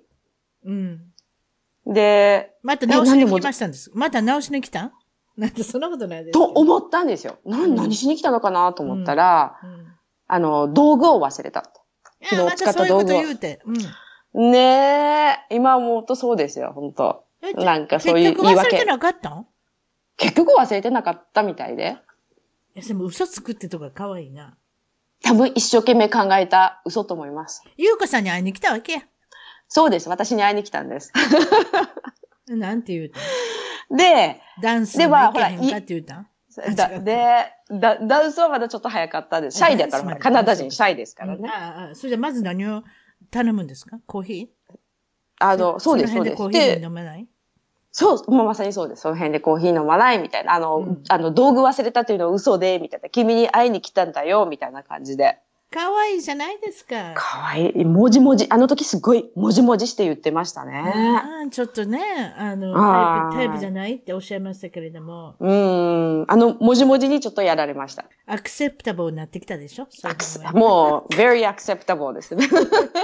で、 また直しに来ましたんです。また直しに来た？なんてそんなことないです。 と思ったんですよ。何しに来たのかなと思ったら、道具を忘れた。 昨日使った道具を。またそういうこと言うて。 ねえ、今思うとそうですよ、本当なんかそういう言い訳。結局忘れてなかったん？ 結局忘れてなかったみたいで。 でも嘘つくってとこが可愛いな。 多分一生懸命考えた嘘と思います。 ゆうこさんに会いに来たわけや。 そうです。私に会いに来たんです。 なんて言うた？ で、 ダンスでは、ほら、って言うた？ ダンスはまだちょっと早かったです。シャイだから、カナダ人シャイですからね。 それじゃまず何を頼むんですか？コーヒー？ そうです、そうです。 コーヒー飲まない？ そう、もうまさにそうです。その辺でコーヒー飲まないみたいな。道具忘れたというのは嘘で、みたいな。君に会いに来たんだよ、みたいな感じで。 かわいいじゃないですか。 かわいい。もじもじ。あの時すごい、もじもじして言ってましたね。 ちょっとね、タイプじゃないっておっしゃいましたけれども。 もじもじにちょっとやられました。 アクセプタブルになってきたでしょ？ もう、very acceptable ですね。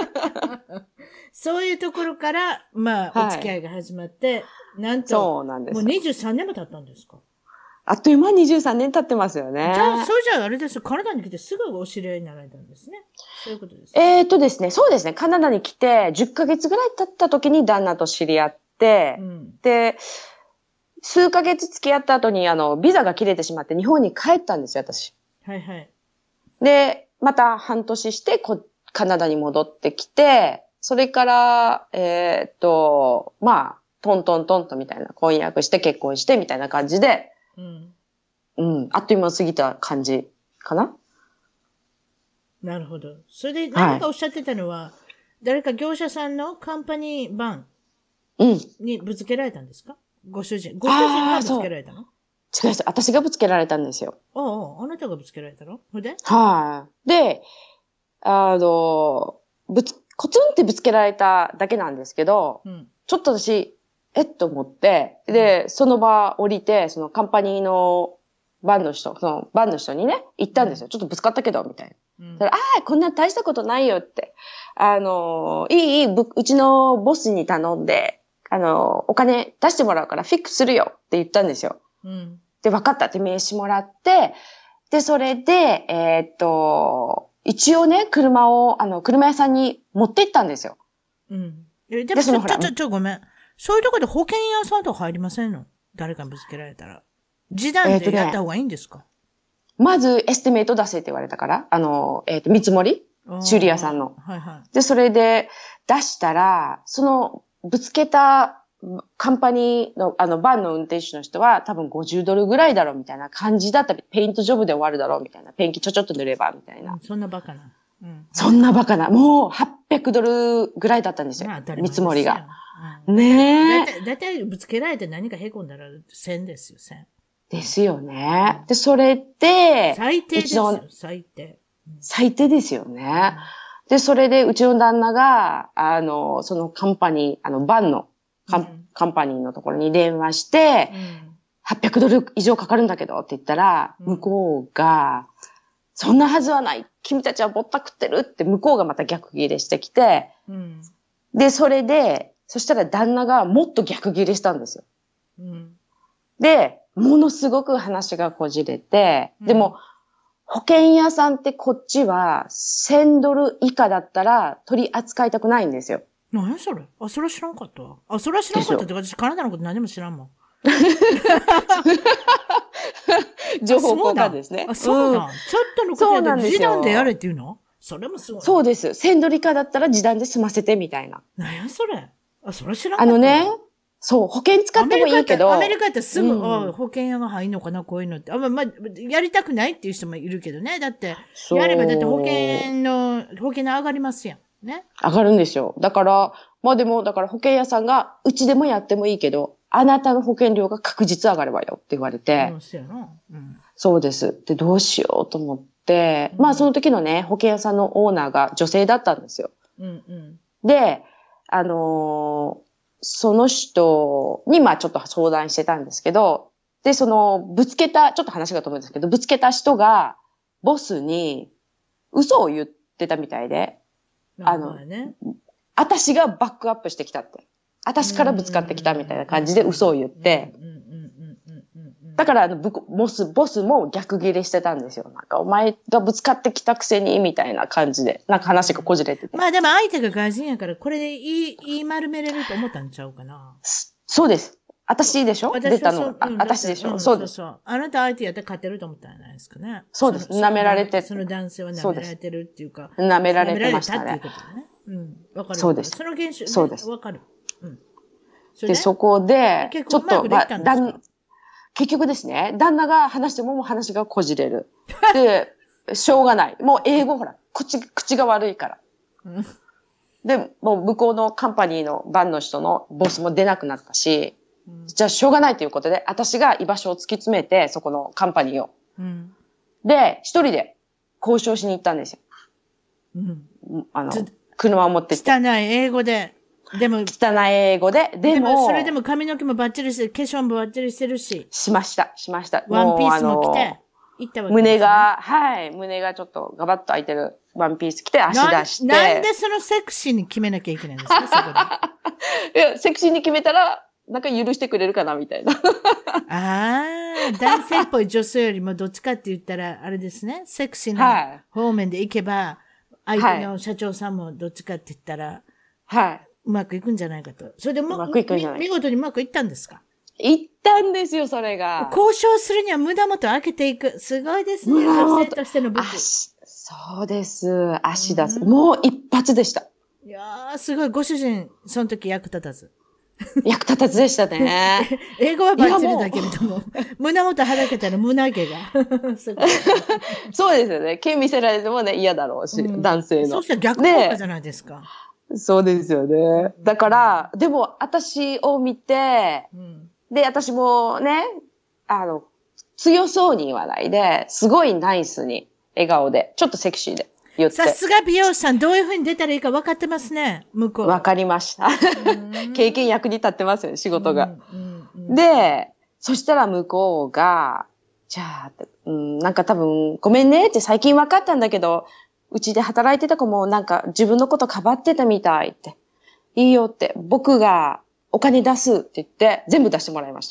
そういうところから、まあ、お付き合いが始まって、なんと、 そうなんです。 もう23年も経ったんですか？ あっという間に23年経ってますよね。 じゃああれですよ。カナダに来てすぐお知り合いになられたんですね。そういうことです。 ですね、そうですね。カナダに来て10ヶ月ぐらい経った時に旦那と知り合って、で、数ヶ月付き合った後にビザが切れてしまって日本に帰ったんですよ、私。 はいはい。 で、また半年してカナダに戻ってきて、それから、まあ、トントントンとみたいな、婚約して結婚してみたいな感じで、あっという間過ぎた感じかな。 なるほど。それで何かおっしゃってたのは、誰か業者さんのカンパニーバンにぶつけられたんですか？ご主人がぶつけられたの？ 違います。私がぶつけられたんですよ。 あなたがぶつけられたの？ほんで？ で、コツンってぶつけられただけなんですけど、ちょっと私、と思って、で、その場降りて、そのカンパニーのバンの人にね、言ったんですよ。ちょっとぶつかったけど、みたいな。こんな大したことないよって。うちのボスに頼んで、お金出してもらうからフィックスするよって言ったんですよ。で、分かったって名刺もらって、で、それで、一応ね、車屋さんに持って行ったんですよ。 でもごめん。そういうところで保険屋さんとか入りませんの？誰かにぶつけられたら。示談でやった方がいいんですか？ まず、エスティメイト出せって言われたから、見積もり修理屋さんの。で、それで出したら、その、ぶつけたカンパニーの、バンの運転手の人は多分$50ぐらいだろうみたいな感じだったり、ペイントジョブで終わるだろうみたいな。ペンキちょっと塗ればみたいな。 そんなバカな。 そんなバカな。もう$800ぐらいだったんですよ。見積もりが。ねえ。だいたいぶつけられて何かへこんだら1000ですよ、1000。 ですよね。で、それで、 最低ですよ、最低。 最低ですよね。で、それでうちの旦那が、そのカンパニー、バンのカンパニーのところに電話して、$800以上かかるんだけどって言ったら、向こうが、そんなはずはない。君たちはぼったくってるって向こうがまた逆ギレしてきて、で、そしたら旦那がもっと逆ギレしたんですよ。で、ものすごく話がこじれて、でも、保険屋さんってこっちは$1000以下だったら取り扱いたくないんですよ。 何それ？それは知らんかったわ。それは知らんかったって私カナダのこと何も知らんもん。 情報交換ですね。 そうだ。ちょっとのことで示談でやれっていうの？それもすごい。 そうです。$1000以下だったら示談で済ませてみたいな。 何やそれ？それ知らんかった。 そう、保険使ってもいいけど。 アメリカってすぐ、保険屋が入んのかな、こういうのって。やりたくないっていう人もいるけどね。だって、やればだって保険上がりますやん。ね。 上がるんですよ。だから、だから保険屋さんが、うちでもやってもいいけど、あなたの保険料が確実上がるわよって言われて。そうです。で、どうしようと思って、その時のね、保険屋さんのオーナーが女性だったんですよ。で、その人に、ちょっと相談してたんですけど、で、ちょっと話が飛ぶんですけど、ぶつけた人が、ボスに、嘘を言ってたみたいで、私がバックアップしてきたって。私からぶつかってきたみたいな感じで嘘を言って、だからボスも逆ギレしてたんですよ。なんか、お前がぶつかってきたくせに、みたいな感じで、なんか話がこじれてて。 でも相手が外人やから、これで言い丸めれると思ったんちゃうかな。 そうです。私でしょ？出たの。私でしょ？そうです。 あなた相手やったら勝てると思ったんじゃないですかね。 そうです。舐められて。 その男性は舐められてるっていうか。 舐められてましたね。 舐められたっていうことね。わかる。 そうです。 その現象、 そうです。 わかる。 で、そこで、 ちょっと、 結局ですね、旦那が話しても話がこじれる。で、しょうがない。もう英語ほら、口が悪いから。で、もう向こうのカンパニーのバンの人のボスも出なくなったし、じゃあしょうがないということで、私が居場所を突き詰めて、そこのカンパニーを。で、一人で交渉しに行ったんですよ。車を持ってって。 汚い英語で。でも、 汚い英語で、でも、 それでも髪の毛もバッチリしてる、化粧もバッチリしてるし。 しました。 ワンピースも着て、行ったわけです、ね。 胸がちょっとガバッと開いてるワンピース着て足出して。 なんでそのセクシーに決めなきゃいけないんですか、そこで。 いや、セクシーに決めたら、 なんか許してくれるかなみたいな。 ああ、男性っぽい女性よりもどっちかって言ったら、あれですね、セクシーな方面でいけば、相手の社長さんもどっちかって言ったら、 はい。 うまくいくんじゃないかと。それでうまくいくんじゃないか。 見事にうまくいったんですか？ 行ったんですよ、それが。 交渉するには胸元開けていく。すごいですね、女性としての武器。 そうです。足出す。もう一発でした。 いやー、すごい。ご主人、その時役立たず。 役立たずでしたね。 英語はバッチリだけれども、胸元はだけたら胸毛が。 そうですよね。毛見せられてもね、嫌だろうし、男性の。 そうしたら逆効果じゃないですか。 そうですよね。だから、でも私を見て、で、私もね、強そうに言わないで、すごいナイスに、笑顔で、ちょっとセクシーで言って。 さすが美容師さん、どういう風に出たらいいか分かってますね、向こう。 分かりました。経験役に立ってますよね、仕事が。で、そしたら向こうが、じゃあ、なんか多分、ごめんねって最近分かったんだけど、うちで働いてた子もなんか自分のことかばってたみたいって。いいよって、僕がお金出すって言って、全部出してもらいました。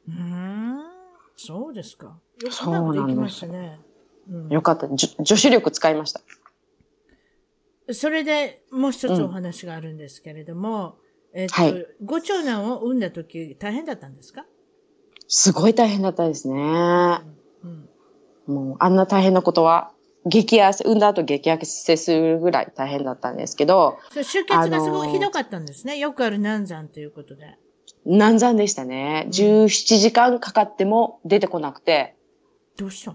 そうですか。そうなんです。ね。 よかった。女子力使いました。 それで、もう一つお話があるんですけれども、はい、ご長男を産んだ時大変だったんですか？ すごい大変だったですね。もう、あんな大変なことは、産んだ後激痩せするぐらい大変だったんですけど。 出血がすごいひどかったんですね。よくある難産ということで。 難産でしたね。17時間かかっても出てこなくて。 どうした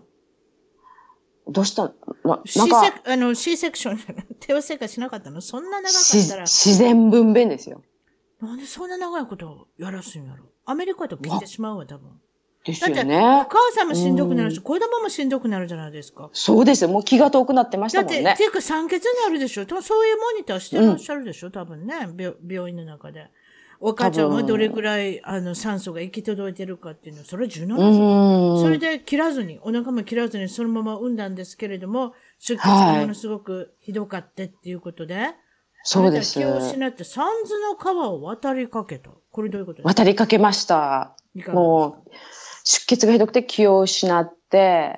なんか、 C セクションじゃない帝王切開しなかったの？そんな長かったら。 自然分娩ですよ。 なんでそんな長いことをやらすんやろ？アメリカと聞いてしまうわ、多分。 ですよね。 だって、お母さんもしんどくなるし、子供もしんどくなるじゃないですか。 そうですよ。もう気が遠くなってましたもんね。 だって、いうか酸欠になるでしょ。そういうモニターしてらっしゃるでしょ、多分ね。病院の中で。お母ちゃんはどれくらい、酸素が行き届いてるかっていうのは、それは重要なんですよ。それで切らずに、お腹も切らずにそのまま産んだんですけれども、出血がものすごくひどかってっていうことで、 そうです。 気を失って、三途の川を渡りかけた。これどういうことですか？ 渡りかけました。もう、出血がひどくて気を失って、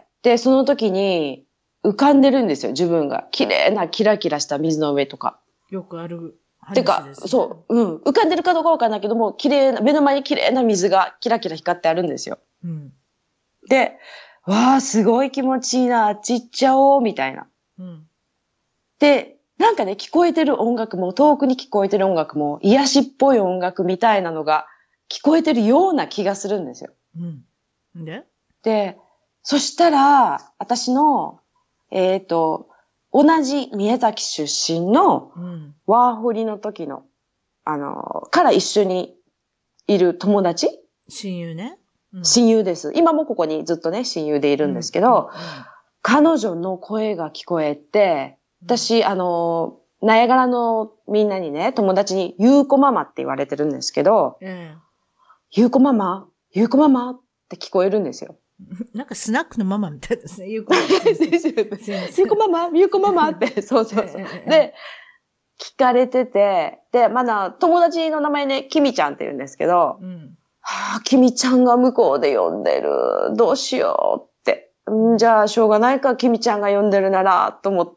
で、その時に浮かんでるんですよ、自分が。綺麗なキラキラした水の上とか。 よくある話です、ね。 てか、そう、浮かんでるかどうかわかんないけども、目の前に綺麗な水がキラキラ光ってあるんですよ。で、わー、すごい気持ちいいな、あっち行っちゃおう、みたいな。で、なんかね、聞こえてる音楽も、遠くに聞こえてる音楽も、癒しっぽい音楽みたいなのが聞こえてるような気がするんですよ。で、そしたら、私の、同じ宮崎出身の、ワーホリの時の、から一緒にいる友達？ 親友ね。 親友です。今もここにずっとね、親友でいるんですけど、彼女の声が聞こえて、私、ナヤガラのみんなにね、友達に、ゆうこママって言われてるんですけど、ゆうこママって聞こえるんですよ。 なんかスナックのママみたいですね、ゆうこママ。 ゆうこママって、そう。で、聞かれてて、で、まだ友達の名前ね、きみちゃんって言うんですけど、きみちゃんが向こうで呼んでる。どうしようって。じゃあ、しょうがないか、きみちゃんが呼んでるなら、と思って、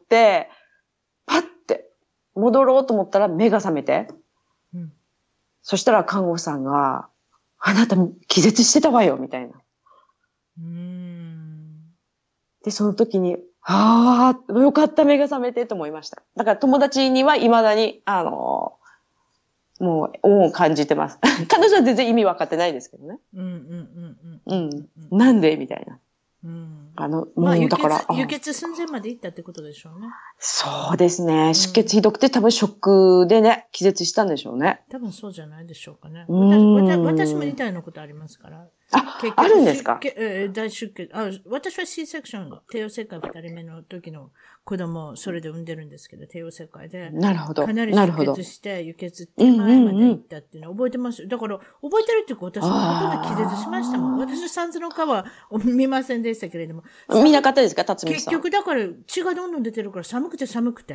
パッて戻ろうと思ったら目が覚めて。そしたら看護師さんが、あなた気絶してたわよ、みたいな。で、その時に、よかった目が覚めてと思いました。だから友達には未だに、もう、恩を感じてます。彼女は全然意味分かってないですけどね。なんでみたいな。 だから。輸血寸前まで行ったってことでしょうね。 そうですね。出血ひどくて多分ショックでね、気絶したんでしょうね。 多分そうじゃないでしょうかね。私も似たようなことありますから。 あるんですか？ 大出血。私は C セクション、帝王切開2人目の時の子供をそれで産んでるんですけど、帝王切開で。 なるほど。 かなり出血して、輸血手前まで行ったっていうのを覚えてます。だから、覚えてるっていうか、私もほとんど気絶しましたもん。私、三途の川を見ませんでしたけれども。 見なかったですか、辰巳さん。 結局、だから、血がどんどん出てるから、寒くて。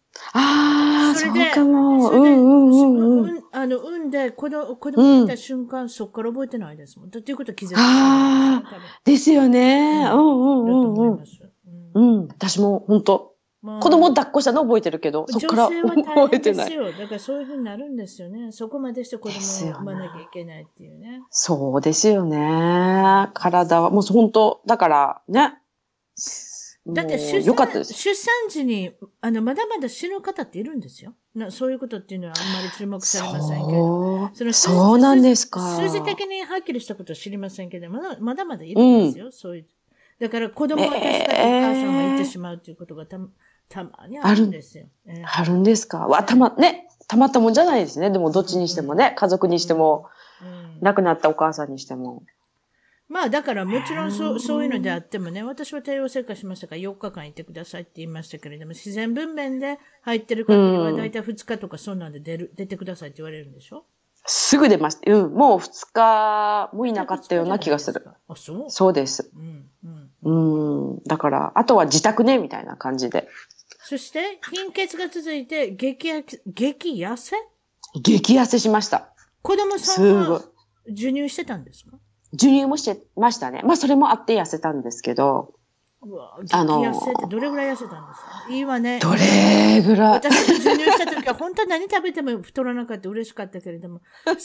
ああ、 それで、 そうかも。 それで、 うん。 産んで、子供見た瞬間、そっから覚えてないですもん。ということは気絶してるんですね、 ああ、 多分。 ですよね。 うん。 うんだとうんうんうん。 思います。うん。 うん。私も本当子供まあ、 抱っこしたの覚えてるけど、そっから女性は大変覚えてない。 ですよ。だからそういうふうになるんですよね。そこまでして子ですよね。 供を産まなきゃいけないっていうね。 そうですよね。体は、もう本当、だからね。 だってもう、よかったです。 出産時に、まだまだ死ぬ方っているんですよ。そういうことっていうのはあんまり注目されませんけれども。 そうなんです数字か。 的にはっきりしたことは知りませんけど、まだまだいるんですよ。そういう。だから子供は助かってお母さんは行ってしまうということがたまにあるんですよ。 あるんですか。たまったもんじゃないですね。でも、どっちにしてもね、家族にしても、亡くなったお母さんにしても。 まあだからもちろんそういうのであってもね、私は帝王切開しましたから4日間いてくださいって言いましたけれども、自然分娩で入ってる限りはだいたい2日とかそんなんで出てくださいって言われるんでしょ？ すぐ出ました。もう2日もいなかったような気がする。 あ、そう？ そうです。だから、あとは自宅ね、みたいな感じで。 そして、貧血が続いて、激痩せしました。 子供さんは授乳してたんですか？ 授乳もしてましたね。まあ、それもあって痩せたんですけど。 うわ、激痩せってどれぐらい痩せたんですか？いいわね。 どれぐらい私が授乳した時は本当に何食べても太らなかった嬉しかったけれども。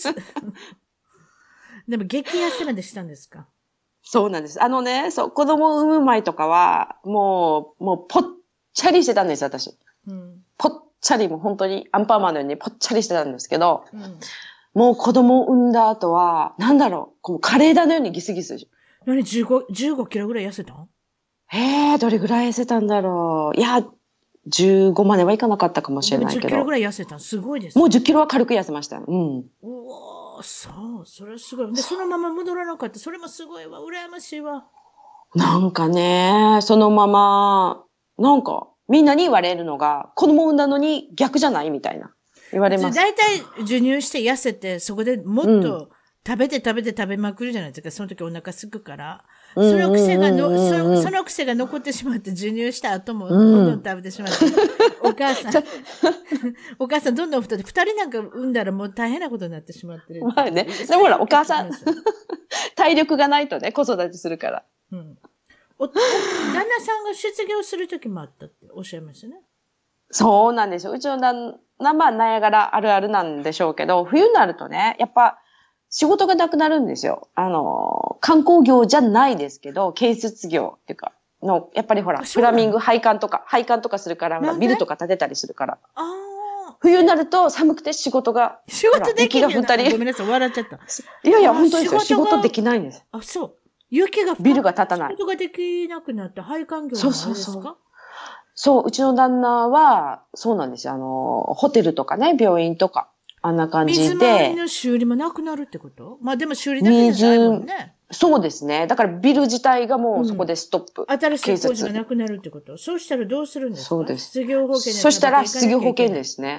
でも激痩せまでしたんですか？ そうなんです。子供を産む前とかは、もうぽっちゃりしてたんです、私。ぽっちゃり、もう本当にアンパンマンのようにぽっちゃりしてたんですけど、もう子供を産んだ後は、こうカレーダのようにギスギス。 何、15キロぐらい痩せたん？ どれぐらい痩せたんだろう。いや、15まではいかなかったかもしれないけど。 10キロぐらい痩せたん？すごいです、 ね。もう10キロは軽く痩せました。 うわ、そう、それはすごい。で、そのまま戻らなかった。それもすごいわ。羨ましいわ。 なんかね、そのまま、みんなに言われるのが、子供産んだのに逆じゃないみたいな。言われます。 だいたい授乳して痩せて、そこでもっと食べまくるじゃないですか。その時お腹すくから。その癖が残ってしまって授乳した後もどんどん食べてしまって。お母さんどんどん太って、2人なんか産んだらもう大変なことになってしまってる。 まあね。でもほら、お母さん、体力がないとね、子育てするから。 旦那さんが失業する時もあったっておっしゃいますね。 そうなんですよ。うちの旦那はナイアガラあるあるなんでしょうけど、冬になるとね、やっぱ仕事がなくなるんですよ。観光業じゃないですけど、建設業っていうか、やっぱりほら、フラミング配管とかするから、ビルとか建てたりするから。冬になると寒くて仕事できない。 ごめんなさい、笑っちゃった。 いやいや、本当ですよ。仕事できないんです。 あ、そう。雪がビルが建たない。 仕事ができなくなって配管業なんですか？ そう、うちの旦那は、そうなんですよ。ホテルとかね、病院とか、あんな感じで。 水回りの修理もなくなるってこと？まあでも修理だけじゃないもんね。 そうですね。だからビル自体がもうそこでストップ。 新しい工事がなくなるってこと？そうしたらどうするんですか？ そうです。 失業保険そしたら失業保険ですね。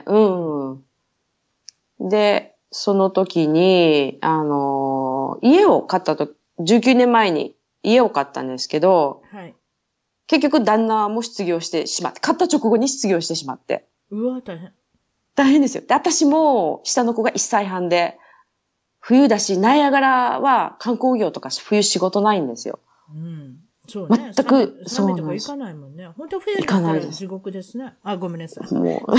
で、その時に、家を買ったと、19年前に家を買ったんですけど、結局旦那も失業してしまって、買った直後に失業してしまって。 うわ、大変。 大変ですよ。で、私も下の子が1歳半で、冬だし、ナイアガラは観光業とか冬仕事ないんですよ。 そうね。 全く、 そうなんです。行かないもんね。本当冬だったら地獄ですね。あ、ごめんなさい。もう。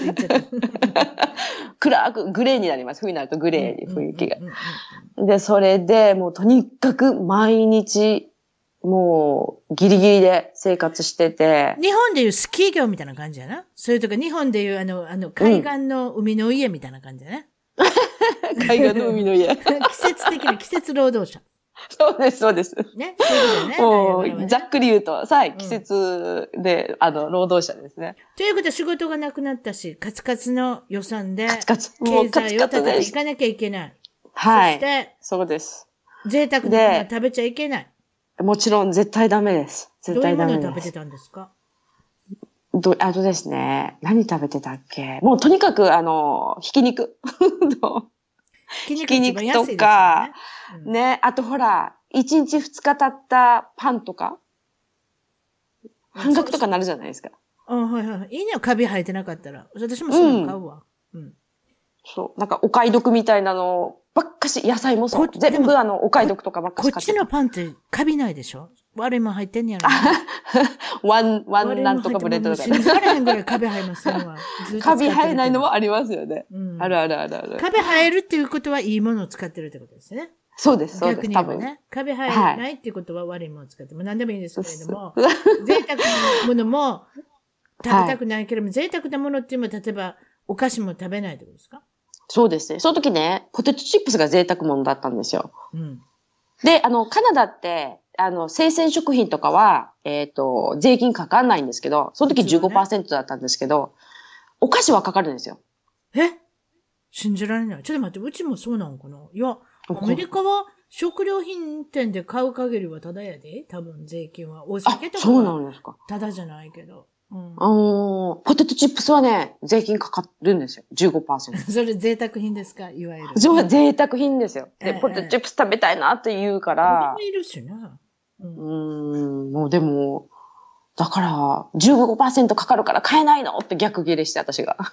暗く、グレーになります。冬になるとグレーに雰囲気が。で、それで、もうとにかく毎日、もう、ギリギリで生活してて。 日本でいうスキー業みたいな感じやな。それとか、日本でいう海岸の海の家みたいな感じやね。 海岸の海の家。 季節労働者。 そうです、そうです。 ね。そういうことね。 ざっくり言うと、季節で、労働者ですね。 ということは仕事がなくなったし、カツカツの予算で、経済を立てていかなきゃいけない。 はい。 そして、 そうです。 贅沢な食べちゃいけない。 もちろん絶対ダメです。絶対ダメです。 どういうものを食べてたんですか？ あとですね、何食べてたっけ？もうとにかく、ひき肉。ひき肉とか、ね、あとほら、1日2日経ったパンとか、半額とかなるじゃないですか。 あ、はいはい。いいね、カビ生えてなかったら。私もそういうの買うわ。うん。 そう。なんか、お買い得みたいなのばっかし、野菜もそう。全部お買い得とかばっかし買って。 こっちのパンってカビないでしょ？悪いもん入ってんやろ、ね。 ワンなんとかブレッドとかね。 信じられへんぐらいカビ生えませんわ。 カビ生えないのもありますよね。ある。 カビ生えるっていうことはいいものを使ってるってことですね。 そうです、そうです。 逆に言えばね。カビ生えないっていうことは悪いものを使っても何でもいいんですけれども、贅沢なものも食べたくないけれども、贅沢なものっていうのは、例えばお菓子も食べないってことですか？ そうですね。その時ね、ポテトチップスが贅沢ものだったんですよ。で、カナダって、生鮮食品とかは、税金かかんないんですけど、その時 15% だったんですけど、お菓子はかかるんですよ。 信じられない。ちょっと待って、うちもそうなのかな？いや、アメリカは食料品店で買う限りはタダやで、多分税金は。お酒とかそうなんですか。 タダじゃないけど。 ポテトチップスはね、税金かかるんですよ。15%。 それ贅沢品ですか？いわゆる。 そう、贅沢品ですよ。で、ポテトチップス食べたいなって言うから。 子供いるしな。 もうでも、だから、15% かかるから買えないのって逆ギレして、私が。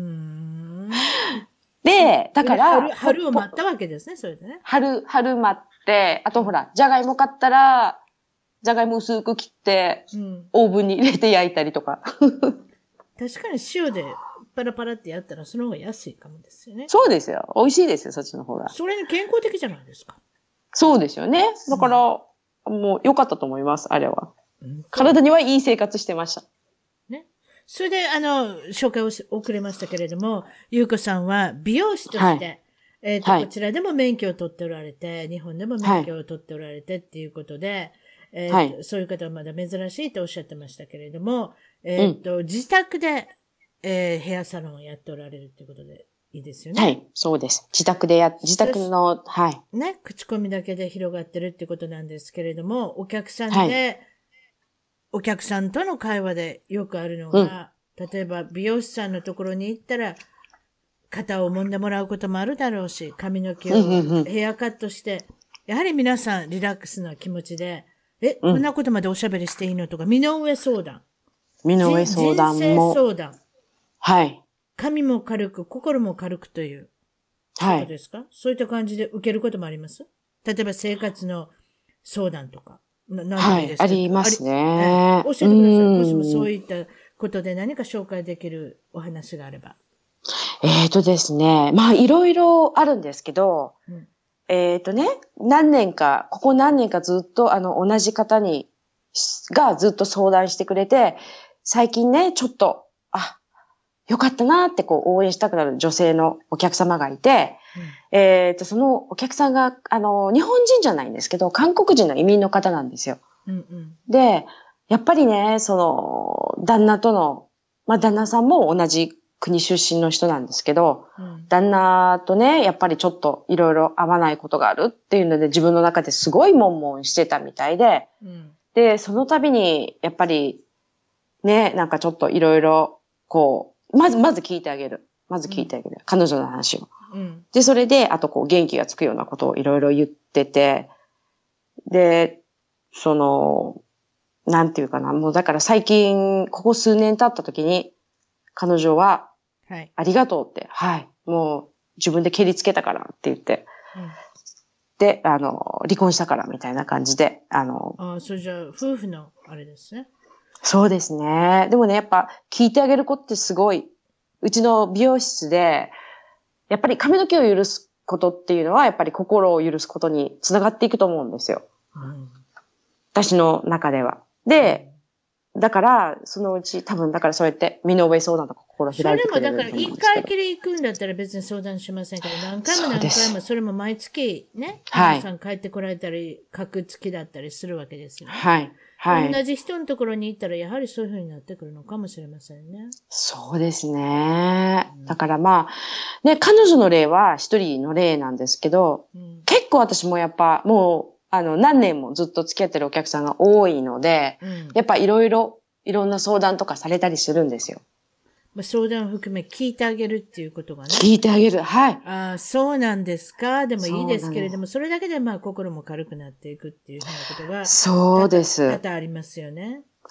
で、だから、 春を待ったわけですね、それでね。 春待って、あとほら、じゃがいも買ったら、じゃがいも薄く切って、オーブンに入れて焼いたりとか。 確かに塩でパラパラってやったらその方が安いかもですよね。 そうですよ。美味しいですよ、そっちの方が。 それに健康的じゃないですか。 そうですよね。だから、もう良かったと思います、あれは。体にはいい生活してました。 ね。それで、紹介を遅れましたけれども、ゆうこさんは美容師として、こちらでも免許を取っておられて、日本でも免許を取っておられてっていうことで、そういう方はまだ珍しいとおっしゃってましたけれども、自宅で、ヘアサロンをやっておられるっていうことでいいですよね。 はい、そうです。自宅の、 ね、口コミだけで広がってるってことなんですけれども、お客さんで、お客さんとの会話でよくあるのが、例えば美容師さんのところに行ったら、肩を揉んでもらうこともあるだろうし、髪の毛をヘアカットして、やはり皆さんリラックスな気持ちで、こんなことまでおしゃべりしていいのとか、身の上相談。 身の上相談も。 人生相談。 はい。 髪も軽く、心も軽くという。はい。そうですか？そういった感じで受けることもあります？例えば生活の相談とか。 はい、ありますね。 教えてください。もしもそういったことで何か紹介できるお話があれば。 ですね。まあ、いろいろあるんですけど、ここ何年かずっと同じ方がずっと相談してくれて、最近ね、ちょっと、よかったなって応援したくなる女性のお客様がいて、そのお客さんが、日本人じゃないんですけど、韓国人の移民の方なんですよ。で、やっぱりね、旦那さんも同じ国出身の人なんですけど、旦那とね、やっぱりちょっといろいろ合わないことがあるっていうので、自分の中ですごい悶々してたみたいで、で、その度に、やっぱり、ね、なんかちょっといろいろ、まず聞いてあげる。彼女の話を。で、それで、あと元気がつくようなことをいろいろ言ってて、で、なんていうかな、もうだから最近、ここ数年経った時に、彼女は、ありがとうって、もう自分で蹴りつけたからって言って、で、離婚したからみたいな感じで、 それじゃあ、夫婦のあれですね。 そうですね。でもね、やっぱ聞いてあげる子ってすごい、うちの美容室で、やっぱり髪の毛を許すことっていうのは、やっぱり心を許すことにつながっていくと思うんですよ。私の中では。で、だから、そのうち多分、だからそうやって身の上相談とか心開いてくれると思うんですけど。 それもだから一回きり行くんだったら別に相談しませんけど、何回もそれも毎月ね、皆さん帰ってこられたり、各月だったりするわけですよね。同じ人のところに行ったらやはりそういう風になってくるのかもしれませんね。 そうですね。だからまあ、ね、彼女の例は一人の例なんですけど、結構私もやっぱもう、何年もずっと付き合ってるお客さんが多いので、やっぱいろんな相談とかされたりするんですよ。 相談を含め聞いてあげるっていうことがね。 聞いてあげる。はい。 そうなんですか。でもいいですけれども、それだけで心も軽くなっていくっていうふうなことが。 そうです。 多々ありますよね。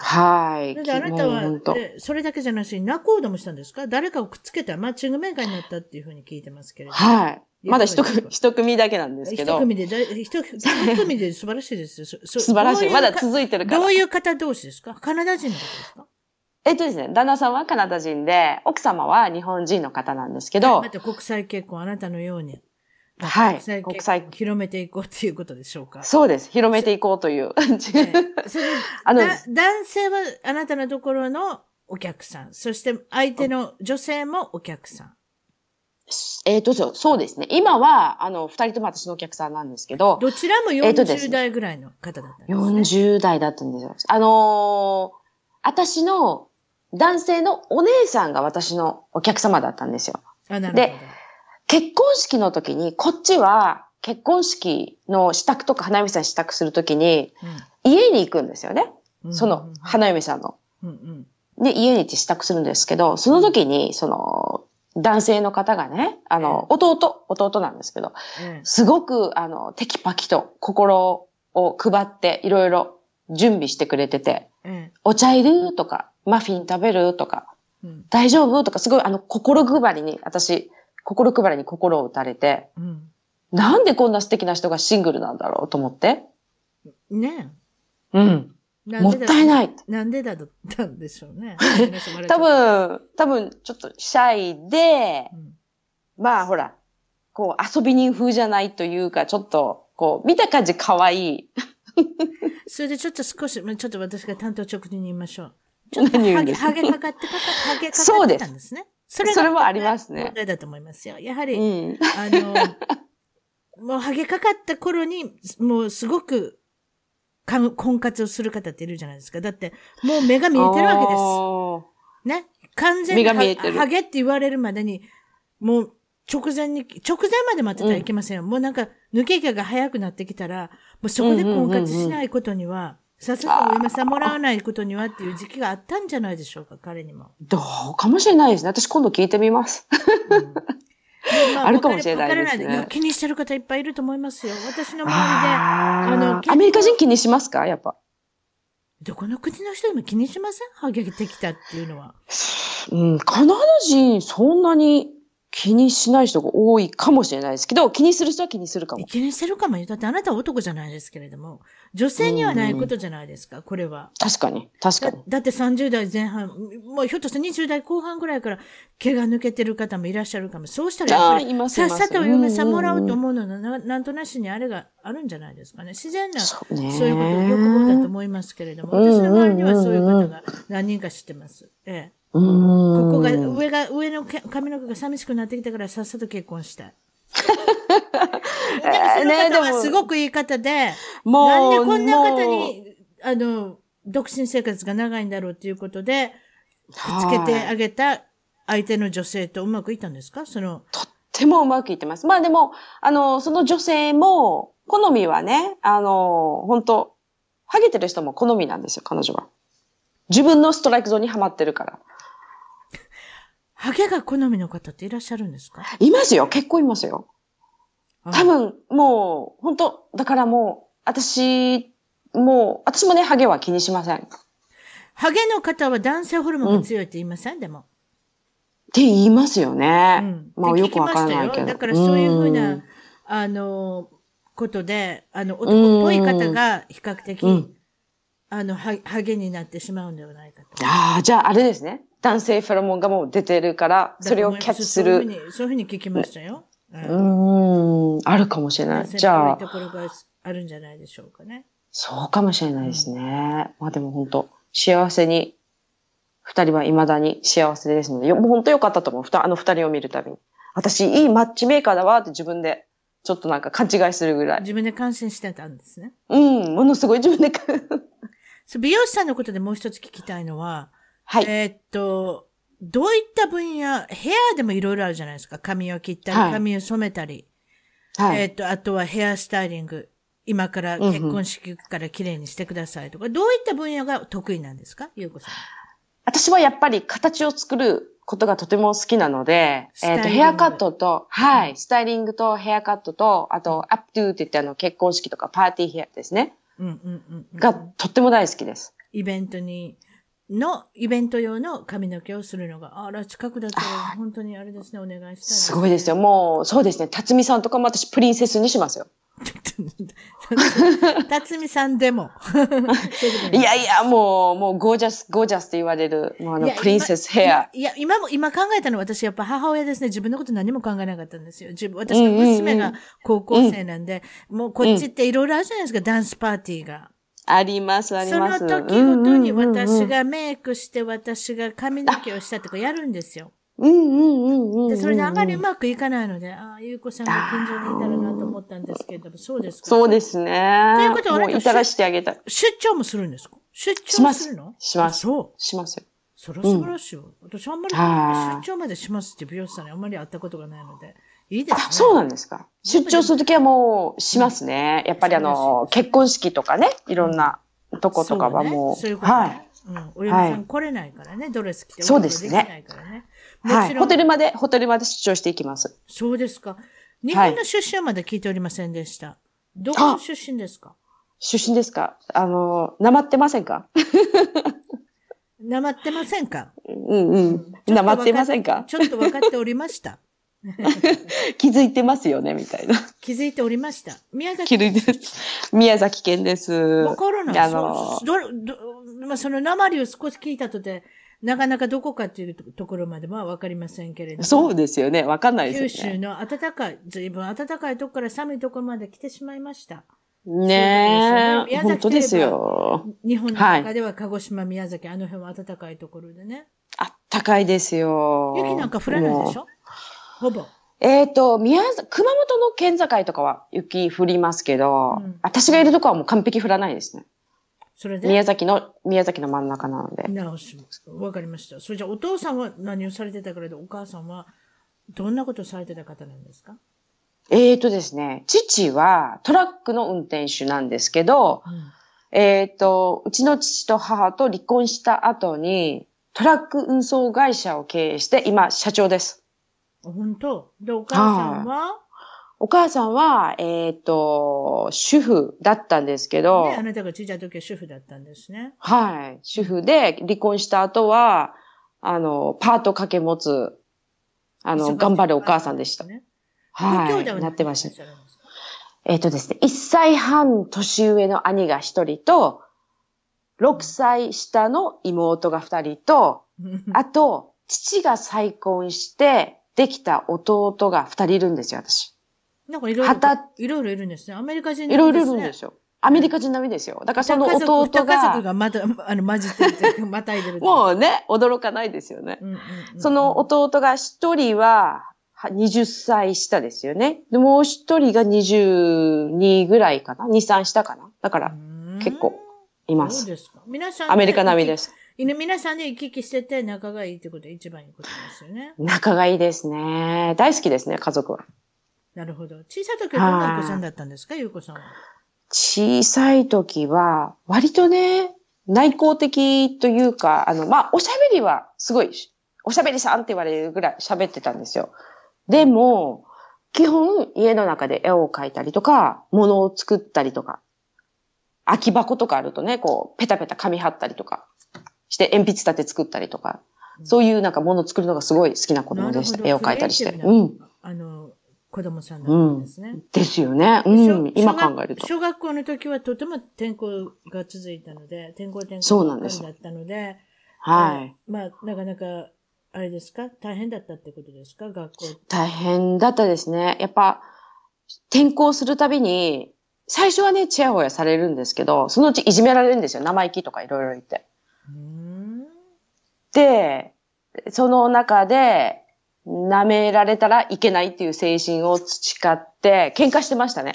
はい。 で、あなたは、 本当。 それだけじゃなしに仲人もしたんですか？誰かをくっつけたマッチングメーカーになったっていうふうに聞いてますけれども。 はい。まだ一組だけなんですけど。 一組で素晴らしいですよ。 素晴らしい。まだ続いてるから。 どういう方同士ですか？カナダ人の方ですか？ ですね、旦那さんはカナダ人で、奥様は日本人の方なんですけど。 また国際結婚、あなたのように。 はい。 国際広めていこうっていうことでしょうか？ そうです。広めていこうという。 それで、男性はあなたのところのお客さん。そして相手の女性もお客さん。 そうですね。今は、二人とも私のお客さんなんですけど。 どちらも40代ぐらいの方だったんですね。 40代だったんですよ。私の男性のお姉さんが私のお客様だったんですよ。 なるほど。 で、結婚式の時に、こっちは結婚式の支度とか花嫁さん支度するときに、家に行くんですよね。その花嫁さんの。で、家に行って支度するんですけど、その時に、男性の方がね、弟なんですけど、すごく、テキパキと心を配っていろいろ準備してくれてて、お茶いるとか、マフィン食べるとか、大丈夫とか、すごい心配りに心を打たれて、なんでこんな素敵な人がシングルなんだろうと思って。 ねえ。うん。もったいない。 なんでだったんでしょうね。 多分、ちょっとシャイで、まあほら、こう遊び人風じゃないというか、ちょっと、こう、見た感じ可愛い。 それでちょっと私が担当直入に言いましょう。ちょっとハゲかかってたんですね。 それもありますね。 問題だと思いますよ。やはり、もうハゲかかった頃に、もうすごく、婚活をする方っているじゃないですか。だって、もう目が見えてるわけです。ね。完全にハゲって言われるまでに、もう直前まで待ってたらいけませんよ。もうなんか、抜け毛が早くなってきたら、もうそこで婚活しないことには、さっさとお嫁さんもらわないことにはっていう時期があったんじゃないでしょうか、彼にも。 どうかもしれないですね。私今度聞いてみます。あるかもしれないですね。 気にしてる方いっぱいいると思いますよ。私の周りで。アメリカ人気にしますかやっぱ。 どこの国の人でも気にしません？ハゲてきたっていうのは。 カナダ人そんなに気にしない人が多いかもしれないですけど、気にする人は気にするかも。 気にするかもよ。だってあなたは男じゃないですけれども、女性にはないことじゃないですか、これは。 確かに。 だって30代前半、もうひょっとして20代後半ぐらいから毛が抜けてる方もいらっしゃるかも。そうしたらやっぱり、さっさとお嫁さんもらおうと思うのなんとなしにあれがあるんじゃないですかね。自然な、そういうこと欲望だと思いますけれども、私の周りにはそういう方が何人か知ってます。ここが、上の髪の毛が寂しくなってきたからさっさと結婚したい。でもその方はすごくいい方で、なんでこんな方に、独身生活が長いんだろうっていうことで、くっつけてあげた相手の女性とうまくいったんですか？とってもうまくいってます。まあでも、その女性も、好みはね、本当ハゲてる人も好みなんですよ、彼女は。自分のストライクゾーンにはまってるから。 ハゲが好みの方っていらっしゃるんですか？ いますよ。結構いますよ。多分、もう、本当だからもう、私もね、ハゲは気にしません。 ハゲの方は男性ホルモンが強いって言いません？でも。 って言いますよね。まあよくわからないけど。 だからそういうふうな、ことで、男っぽい方が比較的、ハゲになってしまうんではないかと。 じゃああれですね。男性フェロモンがもう出てるから、それをキャッチする。 そういうふうに聞きましたよ。 あるかもしれない。じゃあ。 そういうところがあるんじゃないでしょうかね。 そうかもしれないですね。まあでも本当幸せに、二人は未だに幸せですので、もう本当良かったと思う。二人を見るたびに。私、いいマッチメーカーだわって自分で、ちょっとなんか勘違いするぐらい。 自分で感心してたんですね。 ものすごい自分で。 美容師さんのことでもう一つ聞きたいのは、 はい。 どういった分野、ヘアでもいろいろあるじゃないですか。髪を切ったり、髪を染めたり。はい。あとはヘアスタイリング。今から結婚式から綺麗にしてくださいとか、どういった分野が得意なんですか？ゆうこさん。 私はやっぱり形を作ることがとても好きなので、ヘアカットと、はい、スタイリングとヘアカットと、あと、アップドゥって言って結婚式とかパーティーヘアですね。がとっても大好きです。 イベント用の髪の毛をするのが、あら、近くだったら本当にあれですね、お願いしたいです、 すごいですよ。もう、そうですね。辰巳さんとかも私プリンセスにしますよ。 辰巳さんでも。 いやいや、もうゴージャスって言われる、もうプリンセスヘア。 今考えたのは私やっぱ母親ですね。自分のこと何も考えなかったんですよ。私の娘が高校生なんで、もうこっちっていろいろあるじゃないですか、ダンスパーティーが。 あります。その時ごとに私がメイクして、私が髪の毛をしたとかやるんですよ。で、それであまりうまくいかないので、ゆうこさんが近所にいたらなと思ったんですけど、そうですか。 そうですね。 ということは、 もういたらしてあげた。 出張もするんですか？出張するの？ します。 そう。 しますよ。 それは素晴らしいよ。私あんまり出張までしますって美容師さんにあんまり会ったことがないので。いいですね。 そうなんですか。出張するときはもうしますね。やっぱり結婚式とかね、いろんなとことかはもう。 そういうことね。お嫁さん来れないからね、ドレス着て。 そうですね。はい。ホテルまで出張していきます。 そうですか。日本の出身まで聞いておりませんでした。どこの出身ですか？ 出身ですか？なまってませんか？ なまってませんか？ なまってませんか？ ちょっと分かっておりました。 気づいてますよね、みたいな。 気づいておりました。宮崎県です。 わからない。その訛りを少し聞いたとで、なかなかどこかっていうところまではわかりませんけれども。 そうですよね。わかんないですよね。九州の随分暖かいとこから寒いところまで来てしまいました。 ねえ。本当ですよ。 日本の中では鹿児島、宮崎、あの辺は暖かいところでね。 暖かいですよ。 雪なんか降らないでしょ？ほぼ。 熊本の県境とかは雪降りますけど、私がいるとこはもう完璧降らないですね。 それで宮崎の真ん中なので。 わかりました。それじゃあお父さんは何をされてたからで、お母さんはどんなことをされてた方なんですか？ ですね、父はトラックの運転手なんですけど、うちの父と母と離婚した後に、トラック運送会社を経営して、今、社長です。 本当？で、お母さんは？ お母さんは、主婦だったんですけど。 あなたが小さい時は主婦だったんですね。 はい。主婦で、離婚した後は、パート掛け持つ、頑張るお母さんでした。はい。なってました。ですね、1歳半年上の兄が1人と、6歳下の妹が2人と、あと、父が再婚して、できた弟が2人いるんですよ、私。 なんかいろいろいるんですね。アメリカ人並みですね。いろいろいるんですよ。アメリカ人並みですよ。だからその弟が。 家族が混じってる、またいでる。 もうね、驚かないですよね。その弟が1人は20歳下ですよね。で、もう1人が22ぐらいかな。2、3下かな。だから、結構います。 そうですか。皆さん、 アメリカ並みです。 皆さんで行き来してて仲がいいってことが一番いいことですよね。 仲がいいですね。大好きですね、家族は。 なるほど。小さい時はどんなお子さんだったんですか、ゆうこさんは。 小さい時は、割とね、内向的というか、おしゃべりはすごい、おしゃべりさんって言われるぐらい喋ってたんですよ。でも、基本家の中で絵を描いたりとか、物を作ったりとか、空き箱とかあるとね、こう、ペタペタ紙貼ったりとかして、鉛筆立て作ったりとか、そういうなんか物を作るのがすごい好きな子供でした。絵を描いたりして。 子供さんだったんですね。 ですよね。今考えると。 小学校の時はとても転校が続いたので、転校ばっかりだったので、 はい。 なかなか、あれですか？大変だったってことですか？学校。 大変だったですね。やっぱ、転校するたびに、最初はね、チヤホヤされるんですけど、そのうちいじめられるんですよ。生意気とかいろいろ言って。で、その中で、舐められたらいけないっていう精神を培って、喧嘩してましたね。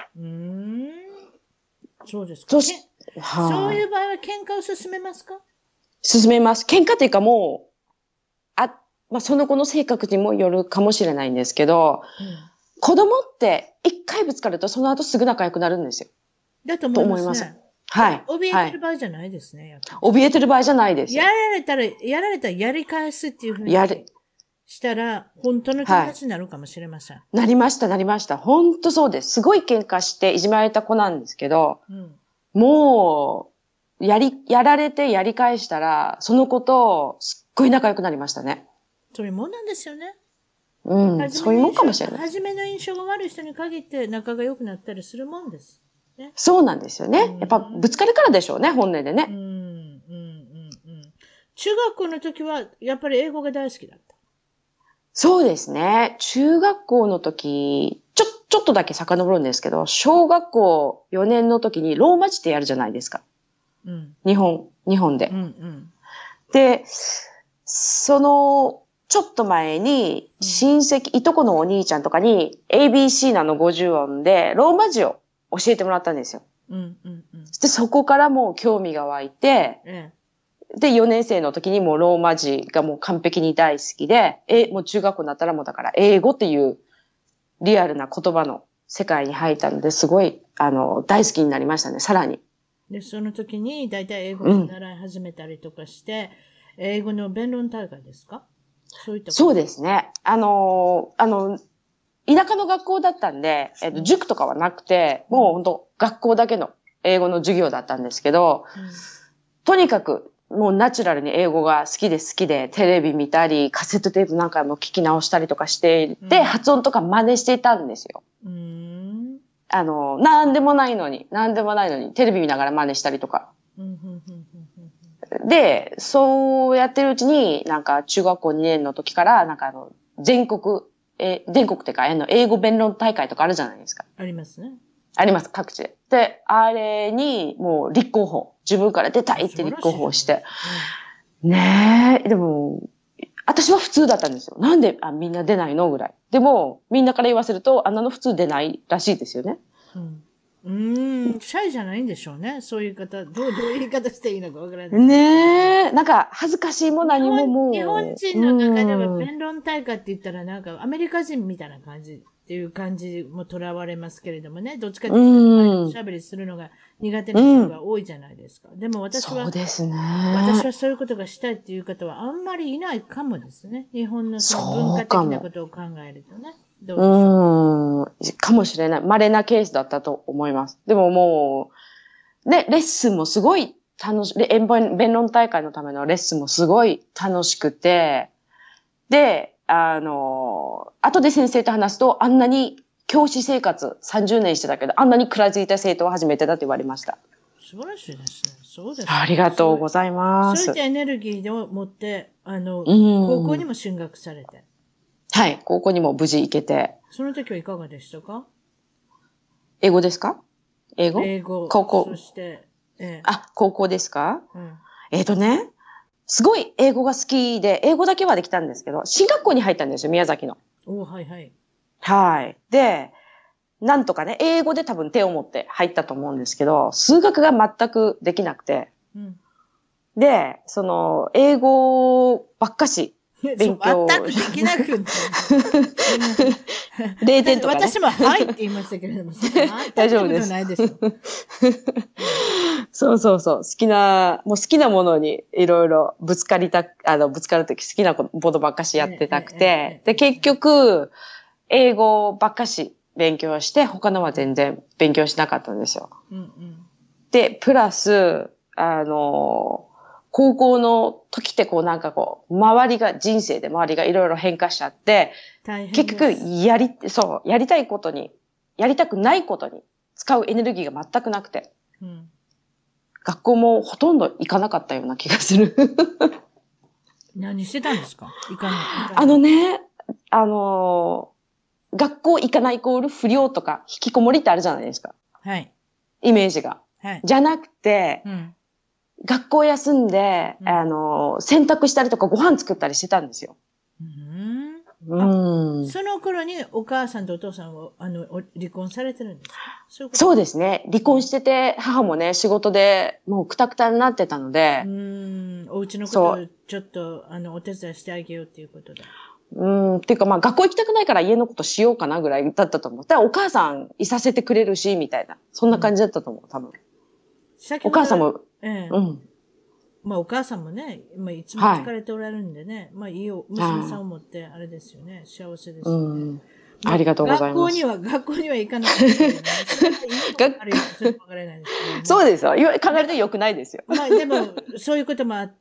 そうですか。そういう場合は喧嘩を進めますか？ 進めます。喧嘩っていうかもう、その子の性格にもよるかもしれないんですけど、子供って一回ぶつかるとその後すぐ仲良くなるんですよ。 だと思いますね。 はい。 怯えてる場合じゃないですね。 怯えてる場合じゃないですよ。 やられたらやり返すっていうふうにしたら、本当の友達になるかもしれません。 なりました。本当そうです。すごい喧嘩していじめられた子なんですけど、もやられてやり返したら、その子とすっごい仲良くなりましたね。 そういうもんなんですよね。 うん、そういうもんかもしれない。 初めの印象が悪い人に限って仲が良くなったりするもんです。ね、 そうなんですよね。やっぱぶつかるからでしょうね、本音でね。 中学校の時は、やっぱり英語が大好きだった。 そうですね。中学校の時、ちょっとだけ遡るんですけど、小学校4年の時にローマ字ってやるじゃないですか。 うん、 日本で。で、その、ちょっと前に、親戚、いとこのお兄ちゃんとかに、ABC の50音で、ローマ字を教えてもらったんですよ。で、そこからもう興味が湧いて、で、4年生の時にもうローマ字がもう完璧に大好きで、もう中学校になったらもうだから英語っていうリアルな言葉の世界に入ったので、すごい、大好きになりましたね、さらに。 で、その時に大体英語を習い始めたりとかして、英語の弁論大会ですか？そういったこと。 そうですね。田舎の学校だったんで、塾とかはなくて、もう本当学校だけの英語の授業だったんですけど、とにかくもうナチュラルに英語が好きで、テレビ見たり、カセットテープ何回も聞き直したりとかしていて、発音とか真似していたんですよ。なんでもないのに、テレビ見ながら真似したりとか。で、そうやってるうちに、なんか中学校2年の時から、なんか全国っていうか、英語弁論大会とかあるじゃないですか。 ありますね。 あります、各地で。で、あれに、もう立候補。自分から出たいって立候補して。ねえ、でも、私は普通だったんですよ。なんでみんな出ないのぐらい。でも、みんなから言わせると、あんなの普通出ないらしいですよね。 シャイじゃないんでしょうね。そういう方、どういう言い方していいのかわからない。 ねえ、なんか恥ずかしいも何ももう。 日本人の中では弁論大会って言ったらなんかアメリカ人みたいな感じっていう感じもとらわれますけれどもね。どっちかっていうと、おしゃべりするのが苦手な人が多いじゃないですか。でも私は、 そうですね。 私はそういうことがしたいっていう方はあんまりいないかもですね。日本のその文化的なことを考えるとね。どうでしょう。 かもしれない。稀なケースだったと思います。でももう、ね、レッスンもすごい楽しい、弁論大会のためのレッスンもすごい楽しくて、で、後で先生と話すと、あんなに教師生活30年してたけど、あんなに食らいついた生徒は初めてだと言われました。 素晴らしいですね。そうですね。 ありがとうございます。 そういったエネルギーを持って、高校にも進学されて。 はい、高校にも無事行けて。 その時はいかがでしたか？ 英語ですか？英語高校。 そして、 高校ですか？すごい英語が好きで、英語だけはできたんですけど、進学校に入ったんですよ、宮崎の。 はいはい。 はい。で、なんとかね、英語で多分手を持って入ったと思うんですけど、数学が全くできなくて。で、英語ばっかし勉強。 全くできなくて。 0点とかね。 私もはいって言いましたけれども、 大丈夫です。 ないでしょ。 そう。好きなものにいろいろぶつかるとき好きなことばっかしやってたくて。で、結局、英語ばっかし勉強して、他のは全然勉強しなかったんですよ。で、プラス、高校の時って人生で周りがいろいろ変化しちゃって、結局やりたいことに、やりたくないことに使うエネルギーが全くなくて、学校もほとんど行かなかったような気がする。 何してたんですか？行かない。 学校行かないイコール不良とか引きこもりってあるじゃないですか。 はい。 イメージが。 はい。 じゃなくて、学校休んで、洗濯したりとかご飯作ったりしてたんですよ。 その頃にお母さんとお父さんを、離婚されてるんですか？ そうですね。離婚してて、母もね、仕事でもうクタクタになってたので。 お家のことをちょっと、お手伝いしてあげようっていうことで。 っていうか学校行きたくないから家のことしようかなぐらいだったと思う。だからお母さんいさせてくれるし、みたいな。そんな感じだったと思う、多分。お母さんも、 お母さんもね、いつも疲れておられるんでね、いい娘さんを持って、あれですよね、幸せですよね。 ありがとうございます。 学校には行かなかったけどね。それはいいのか悪いのかちょっとわからないですけどね。 そうですよ。考えると良くないですよ。 まあでも、そういうこともあって、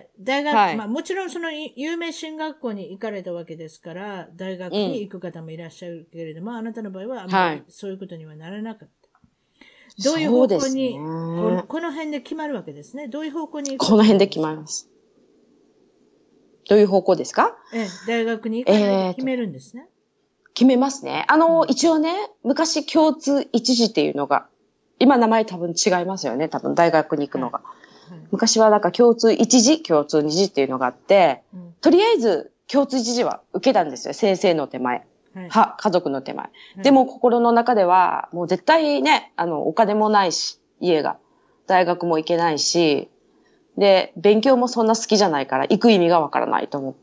大学、 はいまあもちろんその有名進学校に行かれたわけですから、大学に行く方もいらっしゃるけれども、あなたの場合はあんまりそういうことにはならなかった。どういう方向に、この辺で決まるわけですね。どういう方向に行くか。 この辺で決まります。どういう方向ですか？ 大学に行かないと決めるんですね。 決めますね。一応ね、昔共通一次っていうのが、今名前多分違いますよね。多分大学に行くのが。はいはい、昔はなんか共通一次、共通二次っていうのがあって、とりあえず共通一次は受けたんですよ。先生の手前。家族の手前。でも心の中では、もう絶対ね、お金もないし、家が。大学も行けないし、で、勉強もそんな好きじゃないから行く意味がわからないと思って、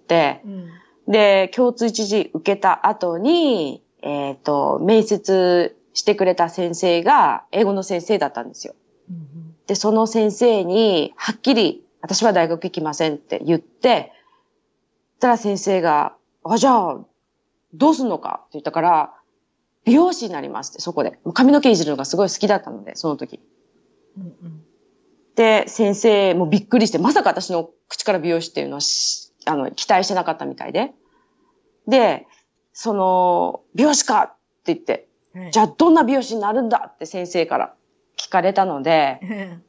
で、共通一次受けた後に、面接してくれた先生が英語の先生だったんですよ。で、その先生に、はっきり、私は大学行きませんって言って、たら先生が、じゃあ、どうすんのかって言ったから、美容師になりますって、そこで。髪の毛いじるのがすごい好きだったので、その時。で、先生もびっくりして、まさか私の口から美容師っていうのは期待してなかったみたいで。で、美容師かって言って、じゃあどんな美容師になるんだって先生から聞かれたので、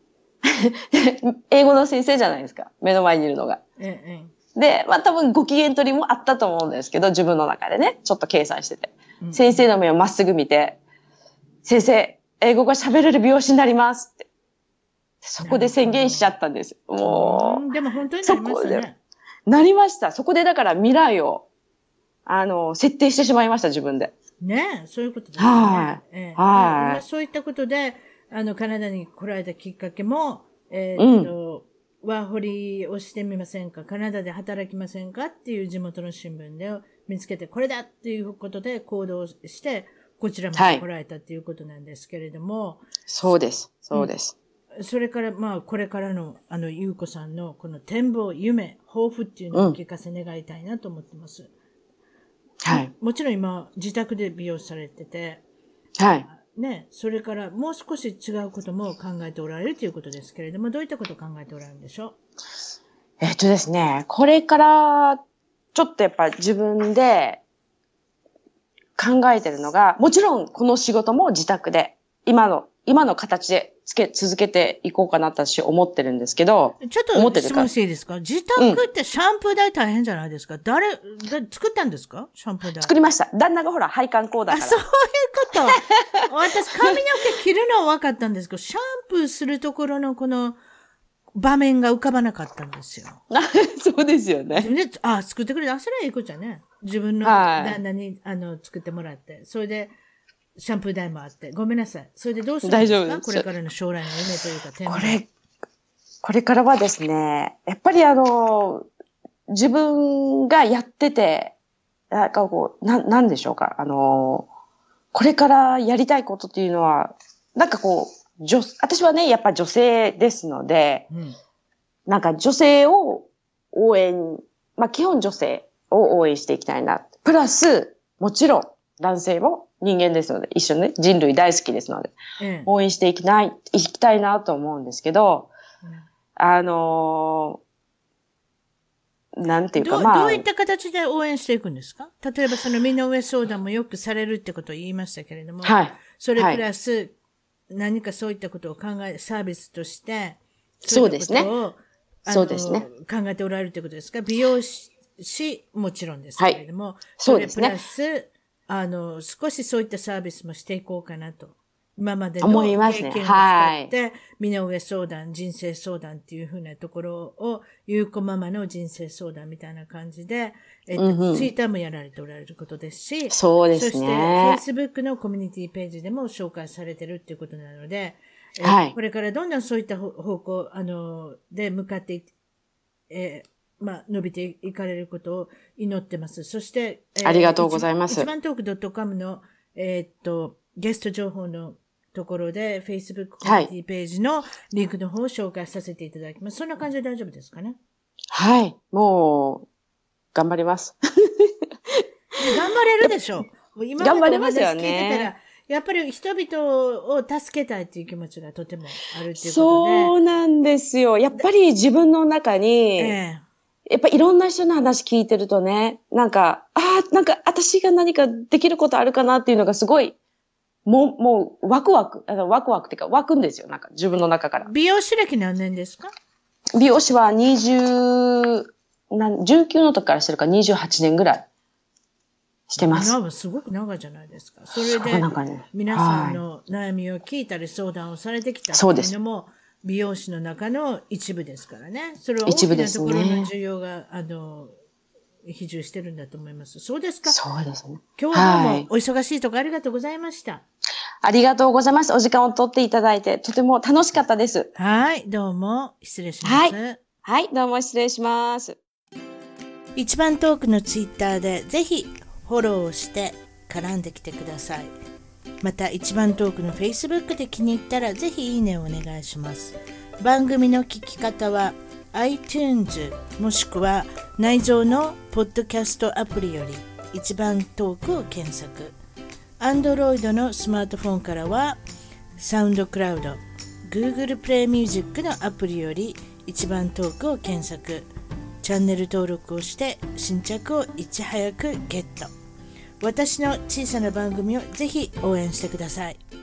英語の先生じゃないですか、目の前にいるのが。で、まあ多分ご機嫌取りもあったと思うんですけど、自分の中でね、ちょっと計算してて。先生の目をまっすぐ見て、先生、英語が喋れる美容師になりますって。そこで宣言しちゃったんです。もう。 でも本当になりましたね。 なりました。そこでだから未来を、設定してしまいました、自分で。 ねえ、そういうことですね。はい。そういったことで、カナダに来られたきっかけも、ワーホリをしてみませんか、カナダで働きませんかっていう地元の新聞で見つけて、これだっていうことで行動して、こちらまで来られたっていうことなんですけれども。 そうです。そうです。 それから、まあ、これからの、ゆうこさんのこの展望、夢、抱負っていうのをお聞かせ願いたいなと思ってます。はい。もちろん今、自宅で美容されてて。はい。ね、それからもう少し違うことも考えておられるということですけれども、どういったことを考えておられるんでしょう？ ですね、これから、ちょっとやっぱ自分で考えてるのが、もちろんこの仕事も自宅で、今の形で続けていこうかなと私思ってるんですけど。 ちょっと質問していいですか？自宅ってシャンプー台大変じゃないですか？作ったんですか？シャンプー台。 作りました。旦那がほら、配管工だから。 そういうこと。私、髪の毛切るのは分かったんですけど、シャンプーするところのこの場面が浮かばなかったんですよ。 そうですよね。 作ってくれた。それはいいことじゃね。自分の旦那に、作ってもらって。それで、シャンプー台もあって。ごめんなさい。それでどうするんですか？大丈夫です。これからの将来の夢というかテーマ。 これからはですね、やっぱり自分がやってて、なんかこう、なんでしょうか。これからやりたいことっていうのは、なんかこう、私はね、やっぱ女性ですので、なんか女性を応援、まあ基本女性を応援していきたいな。プラス、もちろん男性も人間ですので、一緒にね、人類大好きですので、応援していきたいなと思うんですけど、なんていうかどういった形で応援していくんですか？例えばその身の上相談もよくされるってことを言いましたけれども、はい。それプラス、何かそういったことをサービスとして、 そうですね。 そうですね。考えておられるってことですか？美容師、もちろんですけれども、はい、そうですね。それプラス、少しそういったサービスもしていこうかなと。今までの経験を使って、身の上相談、人生相談っていうふうなところを、ゆうこママの人生相談みたいな感じで、ツイッターもやられておられることですし、 そうですね。 そして、Facebook のコミュニティページでも紹介されてるっていうことなので、はい、これからどんどんそういった方向、で向かって伸びていかれることを祈ってます。そして、 ありがとうございます。 一番トーク .com の、ゲスト情報のところで、Facebook コミュニティページのリンクの方を紹介させていただきます。そんな感じで大丈夫ですかね？ はい。もう、頑張ります。 頑張れるでしょう。 もう今までお話聞いてたら、 頑張れますよね。 やっぱり人々を助けたいっていう気持ちがとてもあるっていうことで。 そうなんですよ。やっぱり自分の中に、やっぱいろんな人の話聞いてるとね、なんか私が何かできることあるかなっていうのがすごい、もうワクワクっていうか湧くんですよ。なんか自分の中から。 美容師歴何年ですか？ 美容師は19の時からしてるから28年ぐらいしてます。 すごく長いじゃないですか。それで、皆さんの悩みを聞いたり相談をされてきたっていうのも、美容師の中の一部ですからね。それは大きなところの需要が、比重してるんだと思います。そうですか。 そうですね。 今日はどうもお忙しいところありがとうございました。 ありがとうございます。お時間を取っていただいて、とても楽しかったです。 はい、どうも失礼します。 はい、どうも失礼します。 一番トークのツイッターでぜひフォローをして絡んできてください。また一番トークの Facebook で気に入ったらぜひいいねをお願いします。番組の聞き方は iTunes もしくは内蔵のポッドキャストアプリより一番トークを検索。Android のスマートフォンからは SoundCloud、Google Play Music のアプリより一番トークを検索。チャンネル登録をして新着をいち早くゲット。私の小さな番組をぜひ応援してください。